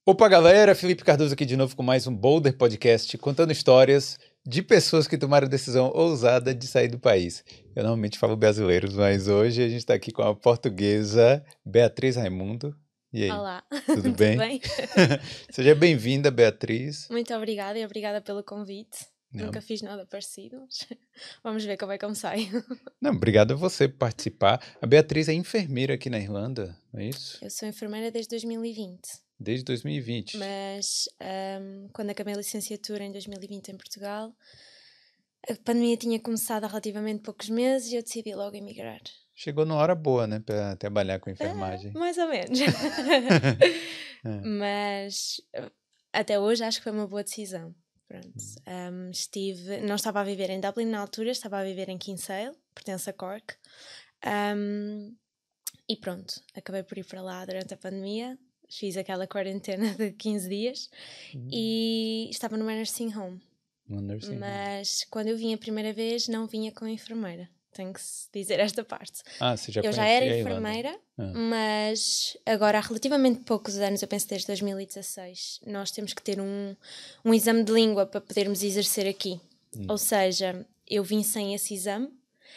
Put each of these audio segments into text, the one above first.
Opa, galera! Felipe Cardoso aqui de novo com mais um Boulder Podcast, contando histórias de pessoas que tomaram a decisão ousada de sair do país. Eu normalmente falo brasileiros, mas hoje a gente está aqui com a portuguesa Beatriz Raimundo. E aí, Olá, tudo tudo bem? bem? Seja bem-vinda, Beatriz. Muito obrigada e obrigada pelo convite. Não, Nunca fiz nada parecido, mas vamos ver como é que eu me saio. não, obrigado a você por participar. A Beatriz é enfermeira aqui na Irlanda, não é isso? Eu sou enfermeira desde 2020, Desde 2020. mas quando acabei a licenciatura em 2020 em Portugal, a pandemia tinha começado há relativamente poucos meses e eu decidi logo emigrar. Chegou numa hora boa, né, para trabalhar com enfermagem. Mais ou menos. Mas até hoje acho que foi uma boa decisão. Pronto. Não estava a viver em Dublin na altura, estava a viver em Kinsale, pertence a Cork. E pronto, acabei por ir para lá durante a pandemia. Fiz aquela quarentena de 15 dias e estava numa nursing home. Mas quando eu vim a primeira vez, não vinha com enfermeira. Tenho que dizer esta parte. Você já eu já era enfermeira, mas agora há relativamente poucos anos, eu penso desde 2016, nós temos que ter um exame de língua para podermos exercer aqui. Ou seja, eu vim sem esse exame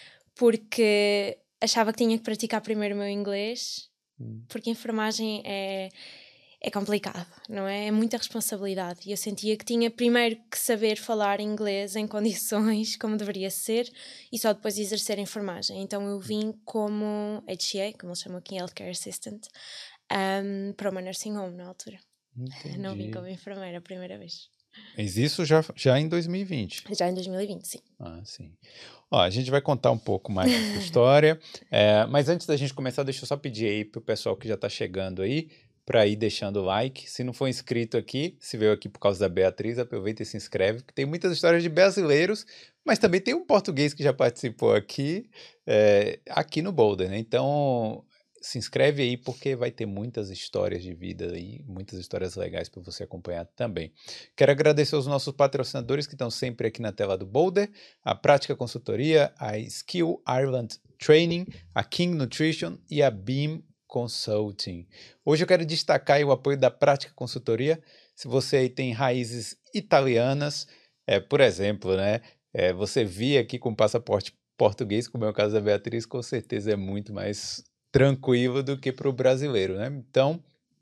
porque achava que tinha que praticar primeiro o meu inglês, porque enfermagem é complicado, não é? É muita responsabilidade e eu sentia que tinha primeiro que saber falar inglês em condições como deveria ser e só depois exercer a enfermagem. Então eu vim como HCA, como eles chamam aqui, Healthcare Assistant, para uma nursing home na altura. Entendi. Não vim como enfermeira a primeira vez. Mas isso já em 2020? Já em 2020, sim. Sim. Ó, a gente vai contar um pouco mais dessa história, mas antes da gente começar, deixa eu só pedir aí pro pessoal que já tá chegando aí, para ir deixando o like. Se não for inscrito aqui, se veio aqui por causa da Beatriz, aproveita e se inscreve, porque tem muitas histórias de brasileiros, mas também tem um português que já participou aqui no Boulder, né? Então, se inscreve aí, porque vai ter muitas histórias de vida aí, muitas histórias legais para você acompanhar também. Quero agradecer aos nossos patrocinadores que estão sempre aqui na tela do Boulder, a Prática Consultoria, a Skill Ireland Training, a King Nutrition e a Beam Consulting. Hoje eu quero destacar aí o apoio da Prática Consultoria. Se você aí tem raízes italianas, por exemplo, né, você vir aqui com passaporte português, como é o caso da Beatriz, com certeza é muito mais tranquilo do que para o brasileiro, né? Então,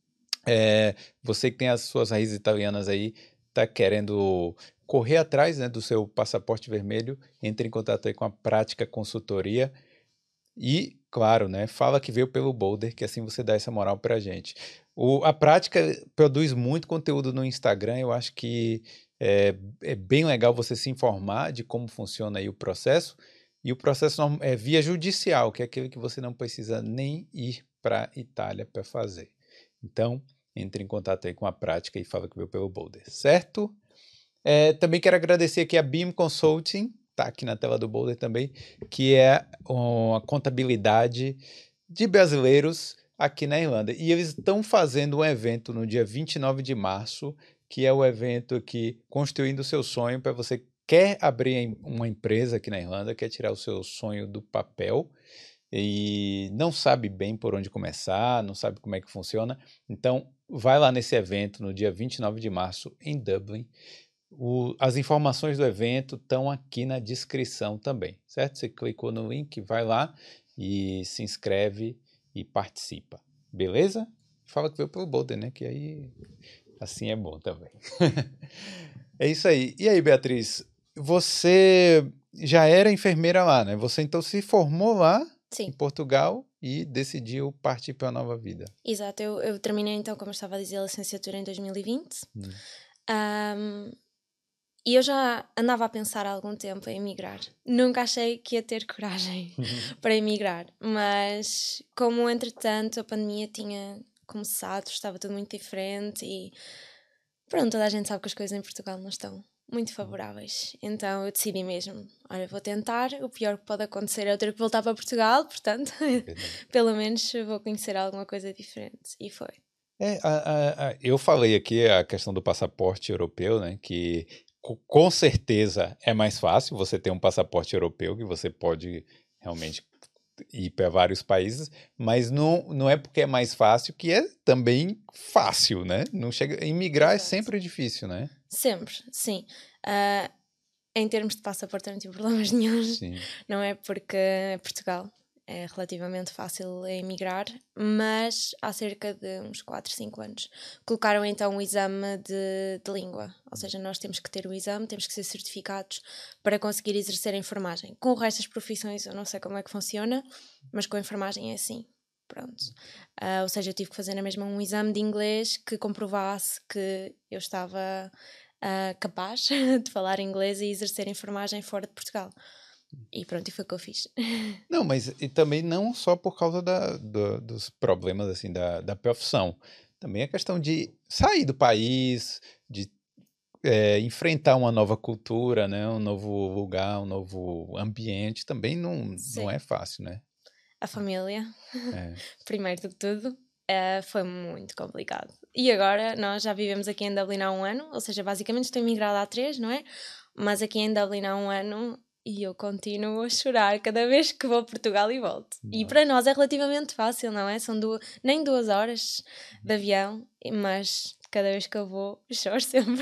você que tem as suas raízes italianas aí, está querendo correr atrás, né, do seu passaporte vermelho, entre em contato aí com a Prática Consultoria. E, claro, né, fala que veio pelo Boulder, que assim você dá essa moral pra gente. A Prática produz muito conteúdo no Instagram, eu acho que é bem legal você se informar de como funciona aí o processo. E o processo é via judicial, que é aquele que você não precisa nem ir para a Itália para fazer. Então, entre em contato aí com a Prática e fala que veio pelo Boulder, certo? Também quero agradecer aqui a Beam Consulting, tá aqui na tela do Boulder também, que é a contabilidade de brasileiros aqui na Irlanda. E eles estão fazendo um evento no dia 29 de março, que é o evento aqui, Construindo o Seu Sonho, para você que quer abrir uma empresa aqui na Irlanda, quer tirar o seu sonho do papel e não sabe bem por onde começar, não sabe como é que funciona. Então, vai lá nesse evento no dia 29 de março em Dublin. As informações do evento estão aqui na descrição também, certo? Você clicou no link, vai lá e se inscreve e participa, beleza? Fala que veio pelo Boulder, né? Que aí assim é bom também. É isso aí. E aí, Beatriz, você já era enfermeira lá, né? Você então se formou lá em Portugal e decidiu partir para a nova vida. Exato, eu terminei então, como eu estava a dizer, a licenciatura em 2020. E eu já andava a pensar há algum tempo em emigrar. Nunca achei que ia ter coragem para emigrar, mas como entretanto a pandemia tinha começado, estava tudo muito diferente e pronto, toda a gente sabe que as coisas em Portugal não estão muito favoráveis. Então eu decidi mesmo, olha, vou tentar, o pior que pode acontecer é eu ter que voltar para Portugal, portanto, pelo menos vou conhecer alguma coisa diferente. E foi. Eu falei aqui a questão do passaporte europeu, né, que com certeza é mais fácil você ter um passaporte europeu, que você pode realmente ir para vários países, mas não é porque é mais fácil que é também fácil, né? Não chega, imigrar é sempre difícil, né? Sempre, sim. Em termos de passaporte não tive problemas nenhums, não é? Porque Portugal é relativamente fácil emigrar, mas há cerca de uns 4, 5 anos colocaram então o exame de língua, ou seja, nós temos que ter o exame, temos que ser certificados para conseguir exercer a enfermagem. Com o resto das profissões eu não sei como é que funciona, mas com a enfermagem é assim. Pronto. Ou seja, eu tive que fazer na mesma um exame de inglês que comprovasse que eu estava capaz de falar inglês e exercer enfermagem fora de Portugal. E pronto, e foi o que eu fiz. Não, mas e também não só por causa dos problemas assim da profissão. Também a questão de sair do país, de enfrentar uma nova cultura, né? Um novo lugar, um novo ambiente, também não é fácil, né? A família, primeiro de tudo, foi muito complicado. E agora nós já vivemos aqui em Dublin há 1 ano, ou seja, basicamente estou imigrada há 3, não é? Mas aqui em Dublin há 1 ano e eu continuo a chorar cada vez que vou a Portugal e volto. Não. E para nós é relativamente fácil, não é? São nem 2 horas de avião, mas cada vez que eu vou, choro sempre.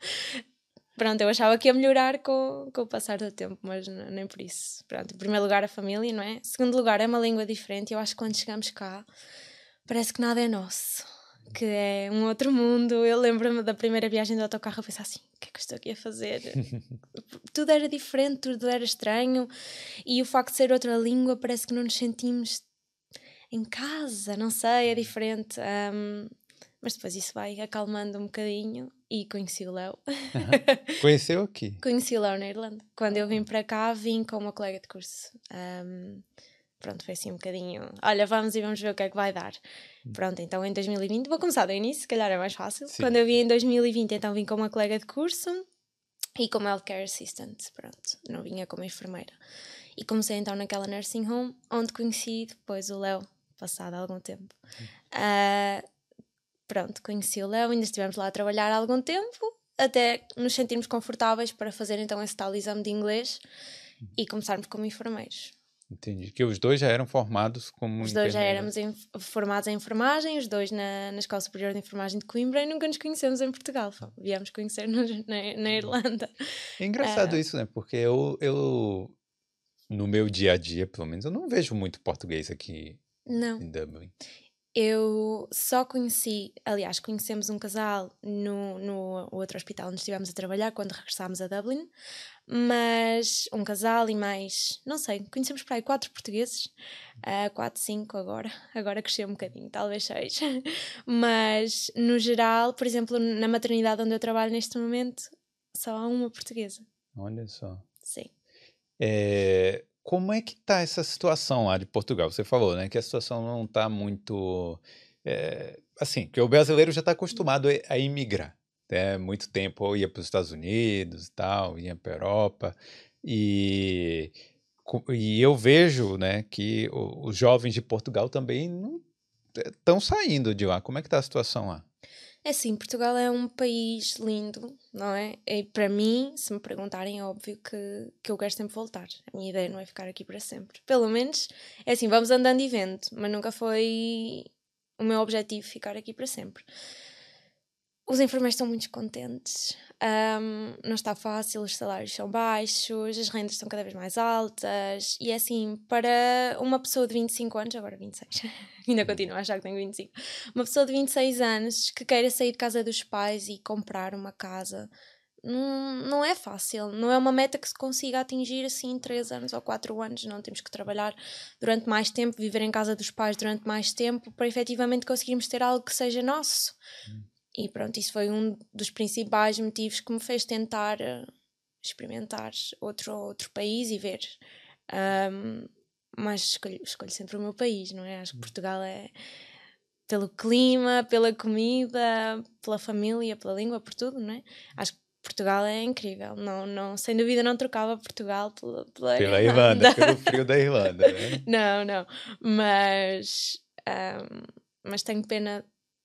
Pronto, eu achava que ia melhorar com o passar do tempo, mas nem por isso. Pronto, em primeiro lugar a família, não é? Em segundo lugar é uma língua diferente. Eu acho que quando chegamos cá parece que nada é nosso, que é um outro mundo. Eu lembro-me da primeira viagem do autocarro a pensar assim, o que é que eu estou aqui a fazer? Tudo era diferente, tudo era estranho, e o facto de ser outra língua parece que não nos sentimos em casa, não sei, é diferente. Mas depois isso vai acalmando um bocadinho e conheci o Léo. Conheceu aqui? Conheci o Léo na Irlanda. Quando eu vim para cá, vim com uma colega de curso. Pronto, foi assim um bocadinho, olha, vamos ver o que é que vai dar. Pronto, então em 2020, vou começar do início, se calhar é mais fácil. Sim. Quando eu vim em 2020, então vim com uma colega de curso e como healthcare assistant, pronto, não vinha como enfermeira. E comecei então naquela nursing home, onde conheci depois o Léo, passado algum tempo. Pronto, conheci o Léo, ainda estivemos lá a trabalhar há algum tempo, até nos sentirmos confortáveis para fazer então esse tal exame de inglês e começarmos como enfermeiros. Entendi, que os dois já eram formados como Os dois já éramos formados em enfermagem, os dois na Escola Superior de Enfermagem de Coimbra, e nunca nos conhecemos em Portugal, viemos conhecer-nos na Irlanda. É engraçado isso, né? Porque eu, no meu dia a dia, pelo menos, eu não vejo muito português aqui em Dublin. Eu só conheci, aliás, conhecemos um casal no outro hospital onde estivemos a trabalhar quando regressámos a Dublin, mas um casal e mais, não sei, conhecemos para aí 4 portugueses, 4, 5 agora cresceu um bocadinho, talvez 6, mas no geral, por exemplo, na maternidade onde eu trabalho neste momento, só há uma portuguesa. Olha só. Sim. Como é que está essa situação lá de Portugal? Você falou, né, que a situação não está muito... assim, que o brasileiro já está acostumado a imigrar. Né? Muito tempo eu ia para os Estados Unidos e tal, ia para a Europa. E eu vejo, né, que os jovens de Portugal também não estão saindo de lá. Como é que está a situação lá? É assim, Portugal é um país lindo, não é? E para mim, se me perguntarem, é óbvio que eu quero sempre voltar. A minha ideia não é ficar aqui para sempre. Pelo menos, é assim, vamos andando e vendo, mas nunca foi o meu objetivo ficar aqui para sempre. Os enfermeiros estão muito contentes, não está fácil, os salários são baixos, as rendas estão cada vez mais altas, e é assim, para uma pessoa de 25 anos, agora 26, ainda continuo a achar que tenho 25, uma pessoa de 26 anos que queira sair de casa dos pais e comprar uma casa, não é fácil, não é uma meta que se consiga atingir assim em 3 anos ou 4 anos, não temos que trabalhar durante mais tempo, viver em casa dos pais durante mais tempo, para efetivamente conseguirmos ter algo que seja nosso. E pronto, isso foi um dos principais motivos que me fez tentar experimentar outro país e ver. Mas escolho sempre o meu país, não é? Acho que Portugal é pelo clima, pela comida, pela família, pela língua, por tudo, não é? Acho que Portugal é incrível. Não, sem dúvida não trocava Portugal pela Irlanda, pelo frio da Irlanda, né? Não. Mas tenho pena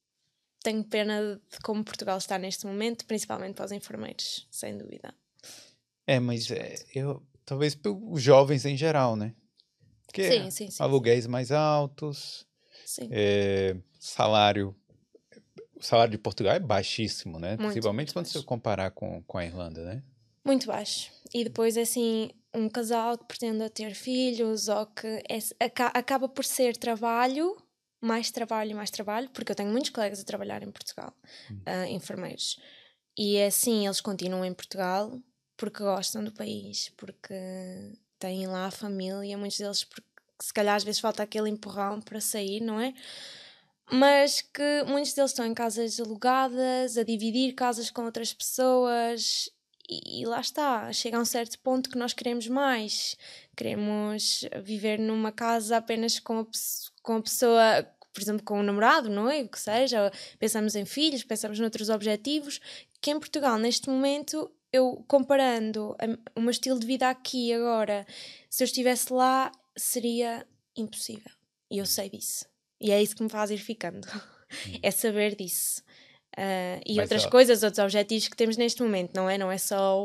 de como Portugal está neste momento, principalmente para os enfermeiros, sem dúvida. Mas talvez pelos jovens em geral, né? Porque sim. aluguéis mais altos, Sim. o salário de Portugal é baixíssimo, né? Principalmente Muito quando baixo. você comparar com a Irlanda, né? Muito baixo. E depois, assim, um casal que pretende ter filhos ou que acaba por ser trabalho, mais trabalho, porque eu tenho muitos colegas a trabalhar em Portugal, enfermeiros. E é assim, eles continuam em Portugal porque gostam do país, porque têm lá a família, muitos deles porque se calhar às vezes falta aquele empurrão para sair, não é? Mas que muitos deles estão em casas alugadas, a dividir casas com outras pessoas e lá está, chega a um certo ponto que nós queremos mais, queremos viver numa casa apenas com a pessoa, por exemplo, com o namorado, não é? O que seja, pensamos em filhos, pensamos noutros objetivos, que em Portugal, neste momento, eu comparando o meu estilo de vida aqui agora, se eu estivesse lá, seria impossível. E eu sei disso. E é isso que me faz ir ficando. É saber disso. E Mas, outras coisas, outros objetivos que temos neste momento, não é? Não é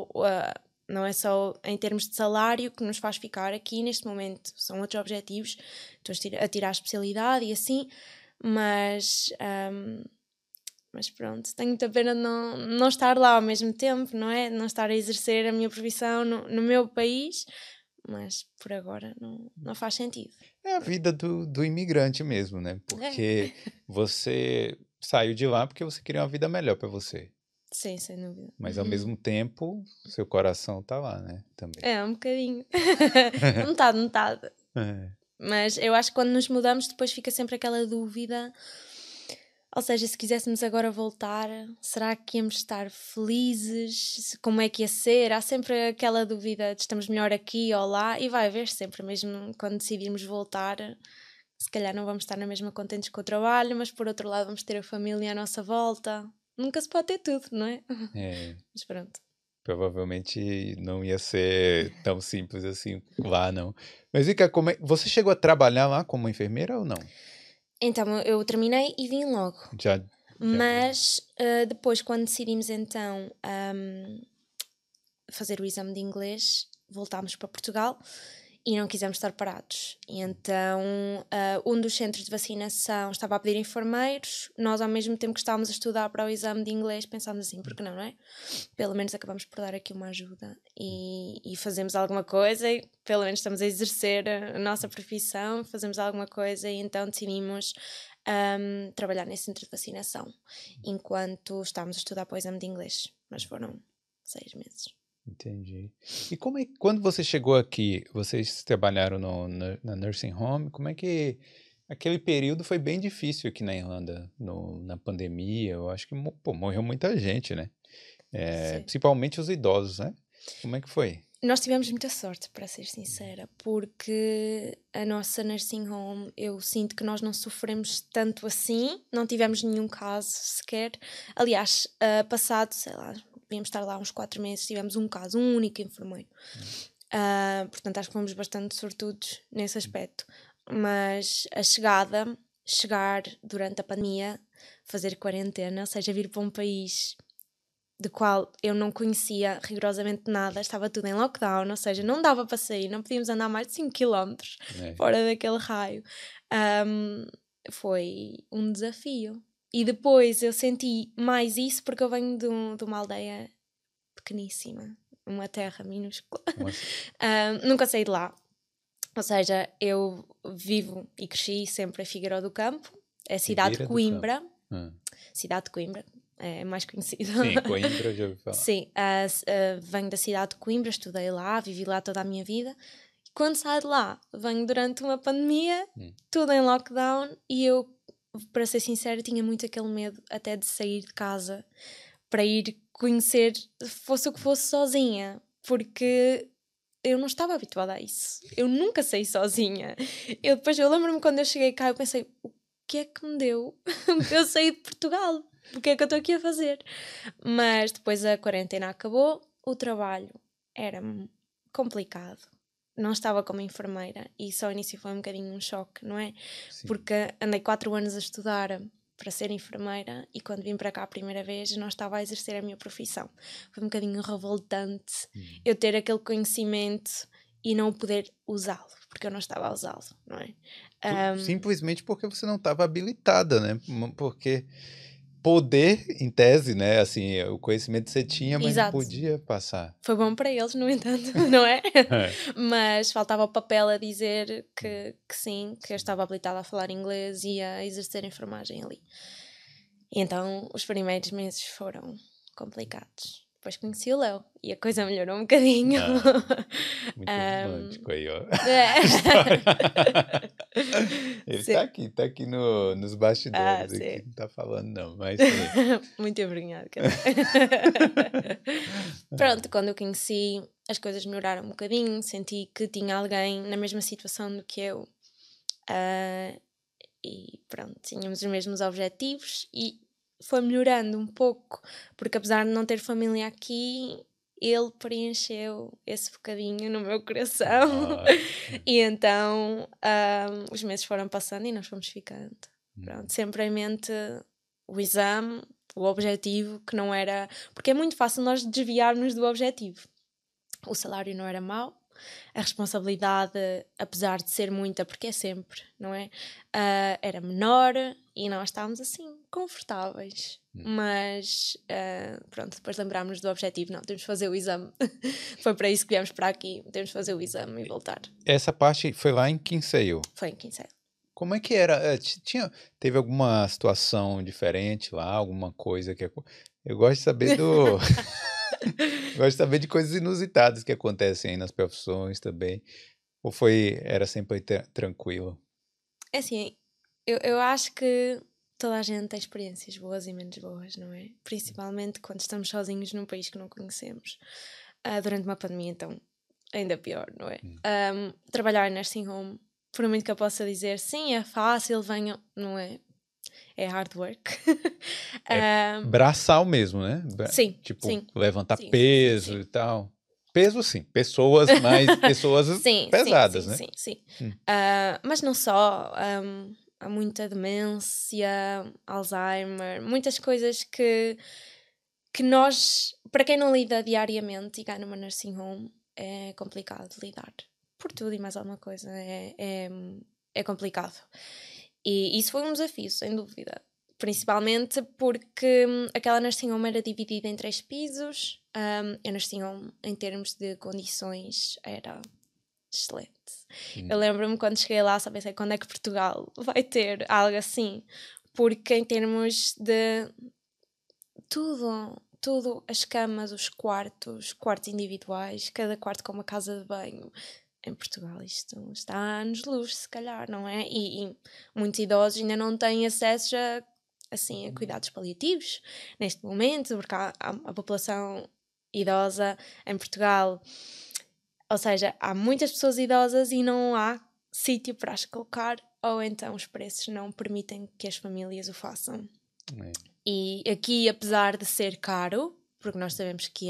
só em termos de salário que nos faz ficar aqui neste momento. São outros objetivos. Estou a tirar a especialidade e assim, mas pronto, tenho muita pena de não estar lá ao mesmo tempo, não é? Não estar a exercer a minha profissão no meu país, mas por agora não faz sentido. É a vida do imigrante mesmo, né? Porque você saiu de lá porque você queria uma vida melhor para você. Sim, sem dúvida. Mas ao mesmo tempo, seu coração tá lá, né? Também. É, um bocadinho. Metade. É. Mas eu acho que quando nos mudamos, depois fica sempre aquela dúvida. Ou seja, se quiséssemos agora voltar, será que íamos estar felizes? Como é que ia ser? Há sempre aquela dúvida de estamos melhor aqui ou lá, e vai haver sempre, mesmo quando decidirmos voltar. Se calhar não vamos estar na mesma contentes com o trabalho, mas por outro lado vamos ter a família à nossa volta. Nunca se pode ter tudo, não é? Mas pronto. Provavelmente não ia ser tão simples assim lá, não. Mas Vika, você chegou a trabalhar lá como enfermeira ou não? Então, eu terminei e vim logo. Já. Mas depois, quando decidimos então fazer o exame de inglês, voltámos para Portugal e não quisemos estar parados. E então um dos centros de vacinação estava a pedir enfermeiros. Nós, ao mesmo tempo que estávamos a estudar para o exame de inglês, pensámos assim, porque não é? Pelo menos acabamos por dar aqui uma ajuda e fazemos alguma coisa, e pelo menos estamos a exercer a nossa profissão, fazemos alguma coisa, e então decidimos trabalhar nesse centro de vacinação enquanto estávamos a estudar para o exame de inglês, mas foram 6 meses. Entendi. E quando você chegou aqui, vocês trabalharam na nursing home, como é que aquele período foi bem difícil aqui na Irlanda, na pandemia, eu acho que morreu muita gente, né? Principalmente os idosos, né? Como é que foi? Nós tivemos muita sorte, para ser sincera, porque a nossa nursing home, eu sinto que nós não sofremos tanto assim, não tivemos nenhum caso sequer. Aliás, passado, sei lá, devíamos estar lá uns 4 meses, tivemos um caso, um único enfermeiro. Portanto, acho que fomos bastante sortudos nesse aspecto. Mas chegar durante a pandemia, fazer quarentena, ou seja, vir para um país do qual eu não conhecia rigorosamente nada, estava tudo em lockdown, ou seja, não dava para sair, não podíamos andar mais de 5 km fora daquele raio. Foi um desafio. E depois eu senti mais isso porque eu venho de uma aldeia pequeníssima, uma terra minúscula. Nunca saí de lá. Ou seja, eu vivo e cresci sempre a Figueiró do Campo, a cidade de Coimbra. Cidade de Coimbra, é mais conhecida. Sim, Coimbra já ouvi falar. Sim, venho da cidade de Coimbra, estudei lá, vivi lá toda a minha vida. E quando saio de lá, venho durante uma pandemia, tudo em lockdown, e eu, para ser sincera, tinha muito aquele medo até de sair de casa para ir conhecer, fosse o que fosse, sozinha, porque eu não estava habituada a isso. Eu nunca saí sozinha. Eu lembro-me quando eu cheguei cá, eu pensei, o que é que me deu? Eu saí de Portugal. O que é que eu estou aqui a fazer? Mas depois a quarentena acabou, o trabalho era complicado. Não estava como enfermeira e só ao início foi um bocadinho um choque, não é? Sim. Porque andei 4 anos a estudar para ser enfermeira e quando vim para cá a primeira vez não estava a exercer a minha profissão. Foi um bocadinho revoltante eu ter aquele conhecimento e não poder usá-lo, porque eu não estava a usá-lo, não é? Simplesmente porque você não estava habilitada, né? Porque poder, em tese, né? Assim, o conhecimento você tinha, mas não Exato. podia passar. Foi bom para eles, no entanto, não é? É. Mas faltava o papel a dizer que sim, que eu estava habilitada a falar inglês e a exercer enfermagem ali. E então os primeiros meses foram complicados. Depois conheci o Léo e a coisa melhorou um bocadinho. Muito romântico aí, ó. Ele Sim. tá aqui nos bastidores, sim. aqui, não tá falando não, mas sim. Muito envergonhado, cara. Pronto, quando eu conheci, as coisas melhoraram um bocadinho, senti que tinha alguém na mesma situação do que eu. E pronto, tínhamos os mesmos objetivos e foi melhorando um pouco, porque apesar de não ter família aqui, ele preencheu esse bocadinho no meu coração. E então os meses foram passando e nós fomos ficando. Pronto, sempre em mente o exame, o objetivo, que não era... Porque é muito fácil nós desviarmos do objetivo. O salário não era mau, a responsabilidade, apesar de ser muita, porque é sempre, não é? Era menor e nós estávamos assim, confortáveis. Mas pronto, depois lembrámos-nos do objetivo. Não, temos de fazer o exame. Foi para isso que viemos para aqui. Temos de fazer o exame e voltar. Essa parte foi lá em Kinsale. Foi em Kinsale. Como é que era? Teve alguma situação diferente lá? Alguma coisa que... Eu gosto de saber do... Gosto de saber de coisas inusitadas que acontecem aí nas profissões também. Ou era sempre tranquilo? É assim, eu acho que toda a gente tem experiências boas e menos boas, não é? Principalmente quando estamos sozinhos num país que não conhecemos. Durante uma pandemia, então, ainda pior, não é? Trabalhar em nursing home, por muito que eu possa dizer, sim, é fácil, venham, não é? É hard work. Braçal mesmo, né? Sim, tipo, sim. levantar Sim, peso sim. e tal. Peso, sim. Pessoas, mas pessoas pesadas, né? Sim. Mas não só. Há muita demência, Alzheimer, muitas coisas que nós, para quem não lida diariamente e ganha numa nursing home, é complicado lidar. Por tudo e mais alguma coisa. É complicado. E isso foi um desafio, sem dúvida. Principalmente porque aquela nursing home era dividida em 3 pisos. A nursing home, em termos de condições, era excelente. Eu lembro-me quando cheguei lá, só pensei, quando é que Portugal vai ter algo assim? Porque em termos de tudo, as camas, os quartos individuais, cada quarto com uma casa de banho. Em Portugal isto está a anos-luz, se calhar, não é? E muitos idosos ainda não têm acesso a cuidados paliativos neste momento, porque há a população idosa em Portugal, ou seja, há muitas pessoas idosas e não há sítio para as colocar, ou então os preços não permitem que as famílias o façam. E aqui, apesar de ser caro, porque nós sabemos que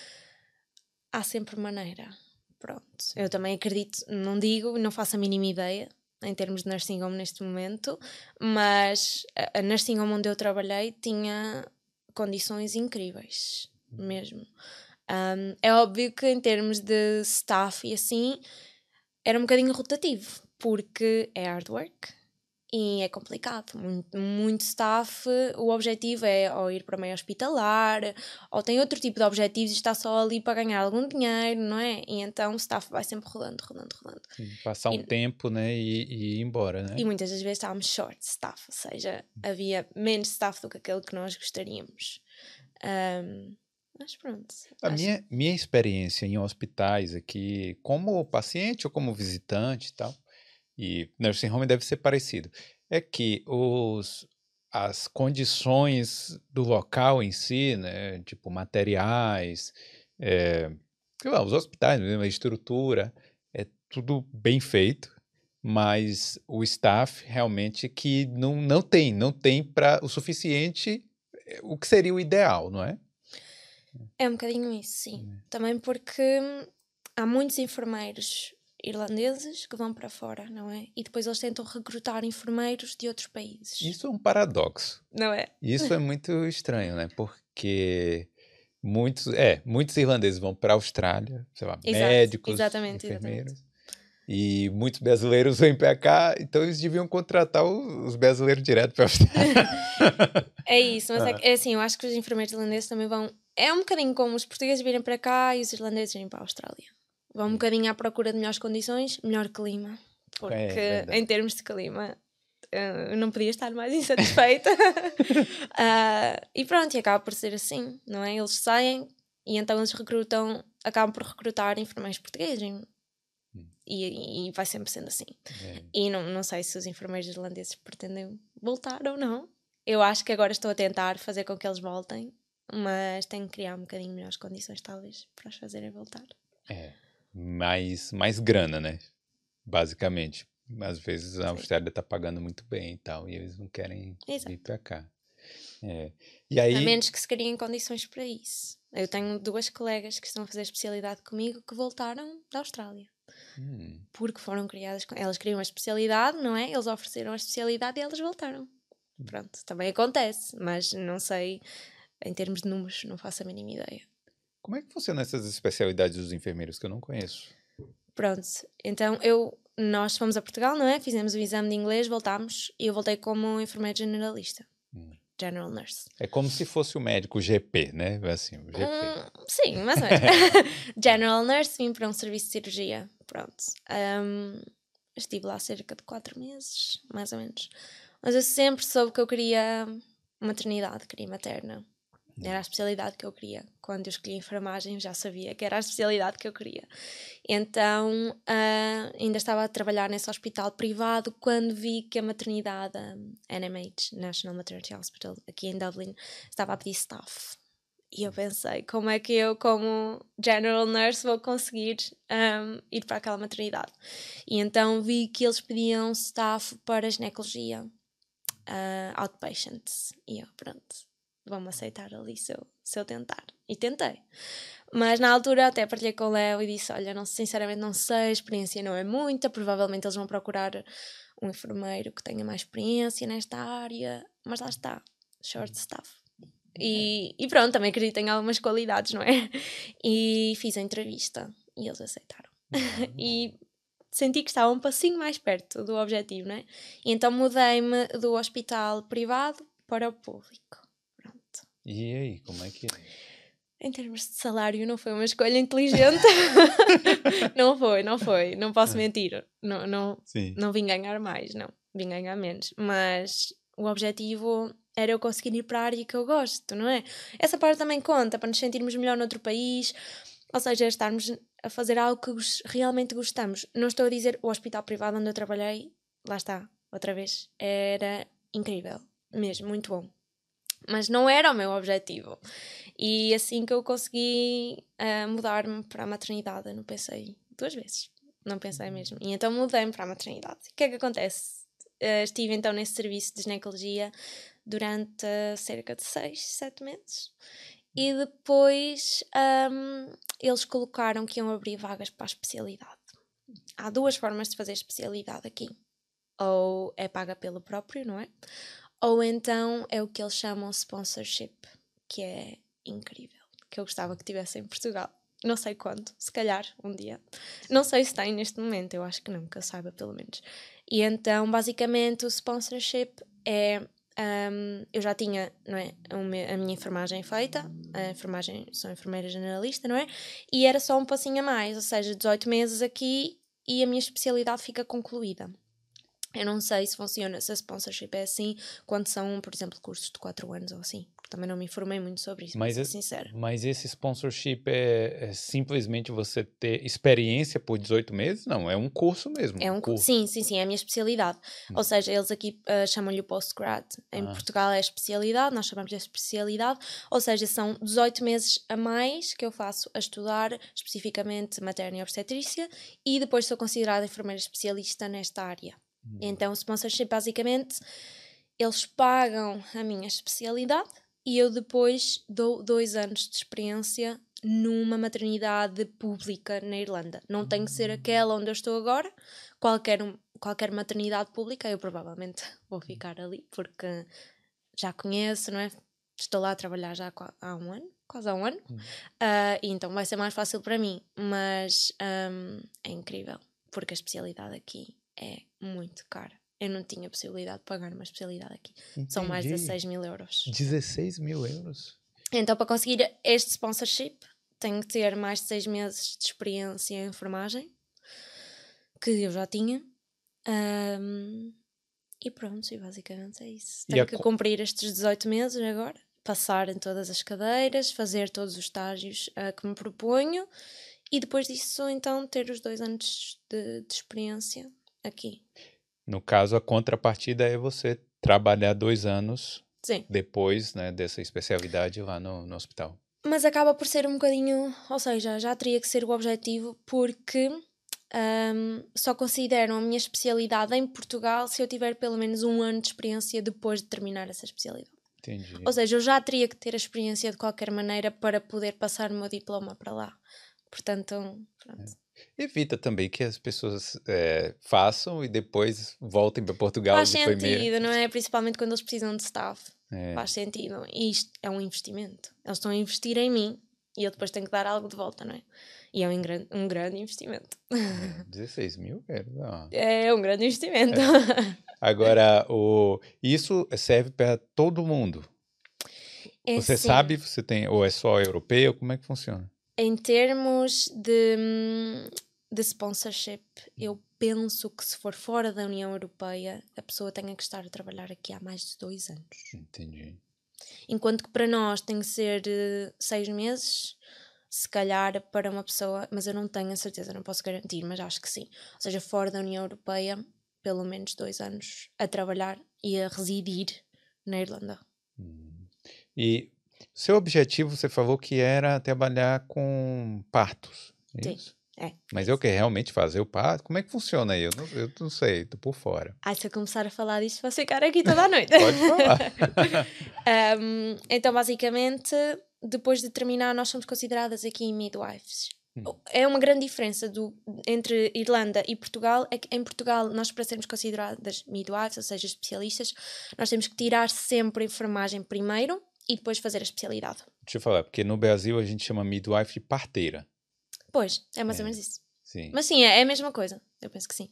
há sempre maneira. Pronto. Eu também acredito, não faço a mínima ideia em termos de nursing home neste momento, mas a nursing home onde eu trabalhei tinha condições incríveis, mesmo. É óbvio que em termos de staff e assim, era um bocadinho rotativo, porque é hard work e é complicado. Muito staff, o objetivo é ou ir para meio hospitalar, ou tem outro tipo de objetivos e está só ali para ganhar algum dinheiro, não é? E então o staff vai sempre rodando. Sim, passar um tempo, né, e ir embora, né? E muitas das vezes estávamos short staff, ou seja, havia menos staff do que aquele que nós gostaríamos. Mas pronto. A minha experiência em hospitais aqui, como paciente ou como visitante e tal, e nursing home deve ser parecido, é que as condições do local em si, né, tipo materiais, sei lá, os hospitais mesmo, a estrutura, é tudo bem feito, mas o staff realmente que não tem para o suficiente, o que seria o ideal, não é? É um bocadinho isso, sim. Também porque há muitos enfermeiros irlandeses que vão para fora, não é? E depois eles tentam recrutar enfermeiros de outros países. Isso é um paradoxo. Não é? Isso é muito estranho, né? Porque muitos irlandeses vão para a Austrália, sei lá, médicos, enfermeiros. E muitos brasileiros vêm para cá, então eles deviam contratar os brasileiros direto para a Austrália. É isso, mas é assim, eu acho que os enfermeiros irlandeses também vão... É um bocadinho como os portugueses virem para cá e os irlandeses virem para a Austrália. Vão um bocadinho à procura de melhores condições, melhor clima. Porque em termos de clima, eu não podia estar mais insatisfeita. E pronto, e acaba por ser assim, não é? Eles saem e então eles acabam por recrutar enfermeiros portugueses. E vai sempre sendo assim. E não sei se os enfermeiros irlandeses pretendem voltar ou não. Eu acho que agora estou a tentar fazer com que eles voltem, mas tenho que criar um bocadinho melhores condições, talvez, para os fazerem voltar. Mais grana, né? Basicamente. Às vezes a Austrália está pagando muito bem e tal, e eles não querem vir para cá. E aí... A menos que se criem condições para isso. Eu tenho 2 colegas que estão a fazer especialidade comigo que voltaram da Austrália. Porque foram criadas... Elas queriam a especialidade, não é? Eles ofereceram a especialidade e elas voltaram. Pronto, também acontece, mas não sei, em termos de números, não faço a mínima ideia. Como é que funcionam essas especialidades dos enfermeiros que eu não conheço? Pronto, então nós fomos a Portugal, não é? Fizemos o exame de inglês, voltámos e eu voltei como enfermeiro generalista. General Nurse. É como se fosse o médico GP, né? Assim, o GP. Sim, mais ou menos. General Nurse, vim para um serviço de cirurgia. Pronto. Estive lá cerca de 4 meses, mais ou menos. Mas eu sempre soube que eu queria maternidade, queria materna. Era a especialidade que eu queria. Quando eu escolhi enfermagem, já sabia que era a especialidade que eu queria. Então, ainda estava a trabalhar nesse hospital privado quando vi que a maternidade, NMH, National Maternity Hospital, aqui em Dublin, estava a pedir staff. E eu pensei, como é que eu, como general nurse, vou conseguir ir para aquela maternidade? E então vi que eles pediam staff para ginecologia, outpatients. E eu, pronto, vão-me aceitar ali se eu tentar. E tentei. Mas na altura até partilhei com o Léo e disse, olha, sinceramente não sei, a experiência não é muita, provavelmente eles vão procurar um enfermeiro que tenha mais experiência nesta área, mas lá está, short staff. E pronto, também acredito em algumas qualidades, não é? E fiz a entrevista e eles aceitaram. E senti que estava um passinho mais perto do objetivo, não é? E então mudei-me do hospital privado para o público. Pronto. E aí, como é que é? Em termos de salário, não foi uma escolha inteligente. Não foi. Não posso mentir. Não vim ganhar mais, não. Vim ganhar menos. Mas o objetivo era eu conseguir ir para a área que eu gosto, não é? Essa parte também conta para nos sentirmos melhor noutro país. Ou seja, estarmos a fazer algo que realmente gostamos. Não estou a dizer o hospital privado onde eu trabalhei, lá está, outra vez, era incrível. Mesmo, muito bom. Mas não era o meu objetivo. E assim que eu consegui mudar-me para a maternidade, eu não pensei 2 vezes. Não pensei mesmo. E então mudei-me para a maternidade. O que é que acontece? Estive então nesse serviço de ginecologia durante cerca de 6, 7 meses. E depois eles colocaram que iam abrir vagas para a especialidade. Há 2 formas de fazer especialidade aqui. Ou é paga pelo próprio, não é? Ou então é o que eles chamam sponsorship, que é incrível, que eu gostava que tivesse em Portugal. Não sei quando, se calhar um dia. Não sei se tem neste momento, eu acho que não, que eu saiba pelo menos. E então, basicamente, o sponsorship é... eu já tinha, não é, a minha enfermagem feita, sou enfermeira generalista, não é? E era só um passinho a mais, ou seja, 18 meses aqui e a minha especialidade fica concluída. Eu não sei se funciona, se a sponsorship é assim, quando são, por exemplo, cursos de 4 anos ou assim. Porque também não me informei muito sobre isso, para ser sincera. Mas esse sponsorship é simplesmente você ter experiência por 18 meses? Não, é um curso mesmo. É um curso. Sim, é a minha especialidade. Ou seja, eles aqui chamam-lhe o postgrad. Em Portugal é a especialidade, nós chamamos de especialidade. Ou seja, são 18 meses a mais que eu faço a estudar especificamente materno e obstetrícia e depois sou considerada enfermeira especialista nesta área. Então o sponsorship basicamente eles pagam a minha especialidade e eu depois dou 2 anos de experiência numa maternidade pública na Irlanda. Não tem que ser aquela onde eu estou agora, qualquer maternidade pública eu provavelmente vou ficar ali porque já conheço, não é? estou lá a trabalhar já há um ano, quase há um ano, e então vai ser mais fácil para mim, mas é incrível, porque a especialidade aqui é muito cara. Eu não tinha possibilidade de pagar uma especialidade aqui. Entendi. São mais de 16 mil euros. 16 mil euros? Então, para conseguir este sponsorship, tenho que ter mais de 6 meses de experiência em enfermagem, que eu já tinha. E pronto, e basicamente é isso. Tenho que cumprir estes 18 meses agora, passar em todas as cadeiras, fazer todos os estágios que me proponho e depois disso, então, ter os 2 anos de experiência aqui. No caso, a contrapartida é você trabalhar 2 anos Sim. depois, né, dessa especialidade lá no hospital. Mas acaba por ser um bocadinho, ou seja, já teria que ser o objetivo, porque só consideram a minha especialidade em Portugal se eu tiver pelo menos 1 ano de experiência depois de terminar essa especialidade. Entendi. Ou seja, eu já teria que ter a experiência de qualquer maneira para poder passar o meu diploma para lá. Portanto, pronto. Evita também que as pessoas façam e depois voltem para Portugal. Faz sentido, não é? Principalmente quando eles precisam de staff. É. Faz sentido. E isto é um investimento. Eles estão a investir em mim e eu depois tenho que dar algo de volta, não é? E é um grande investimento. 16 mil? É um grande investimento. Agora, isso serve para todo mundo? Você sim. sabe, você tem, ou é só europeu? Como é que funciona? Em termos de sponsorship, eu penso que se for fora da União Europeia, a pessoa tenha que estar a trabalhar aqui há mais de 2 anos. Entendi. Enquanto que para nós tem que ser 6 meses, se calhar para uma pessoa, mas eu não tenho a certeza, não posso garantir, mas acho que sim. Ou seja, fora da União Europeia, pelo menos 2 anos a trabalhar e a residir na Irlanda. E seu objetivo, você falou que era trabalhar com partos, é Sim. isso? Mas eu quero realmente fazer o parto? Como é que funciona aí? Eu não sei, tô por fora. Se eu começar a falar disto, vou ficar aqui toda a noite. Pode falar. Então, basicamente, depois de terminar, nós somos consideradas aqui midwives. É uma grande diferença entre Irlanda e Portugal, é que em Portugal, nós para sermos consideradas midwives, ou seja, especialistas, nós temos que tirar sempre a enfermagem primeiro e depois fazer a especialidade. Deixa eu falar, porque no Brasil a gente chama midwife de parteira. Pois, é mais ou menos isso. Sim. Mas sim, é a mesma coisa. Eu penso que sim.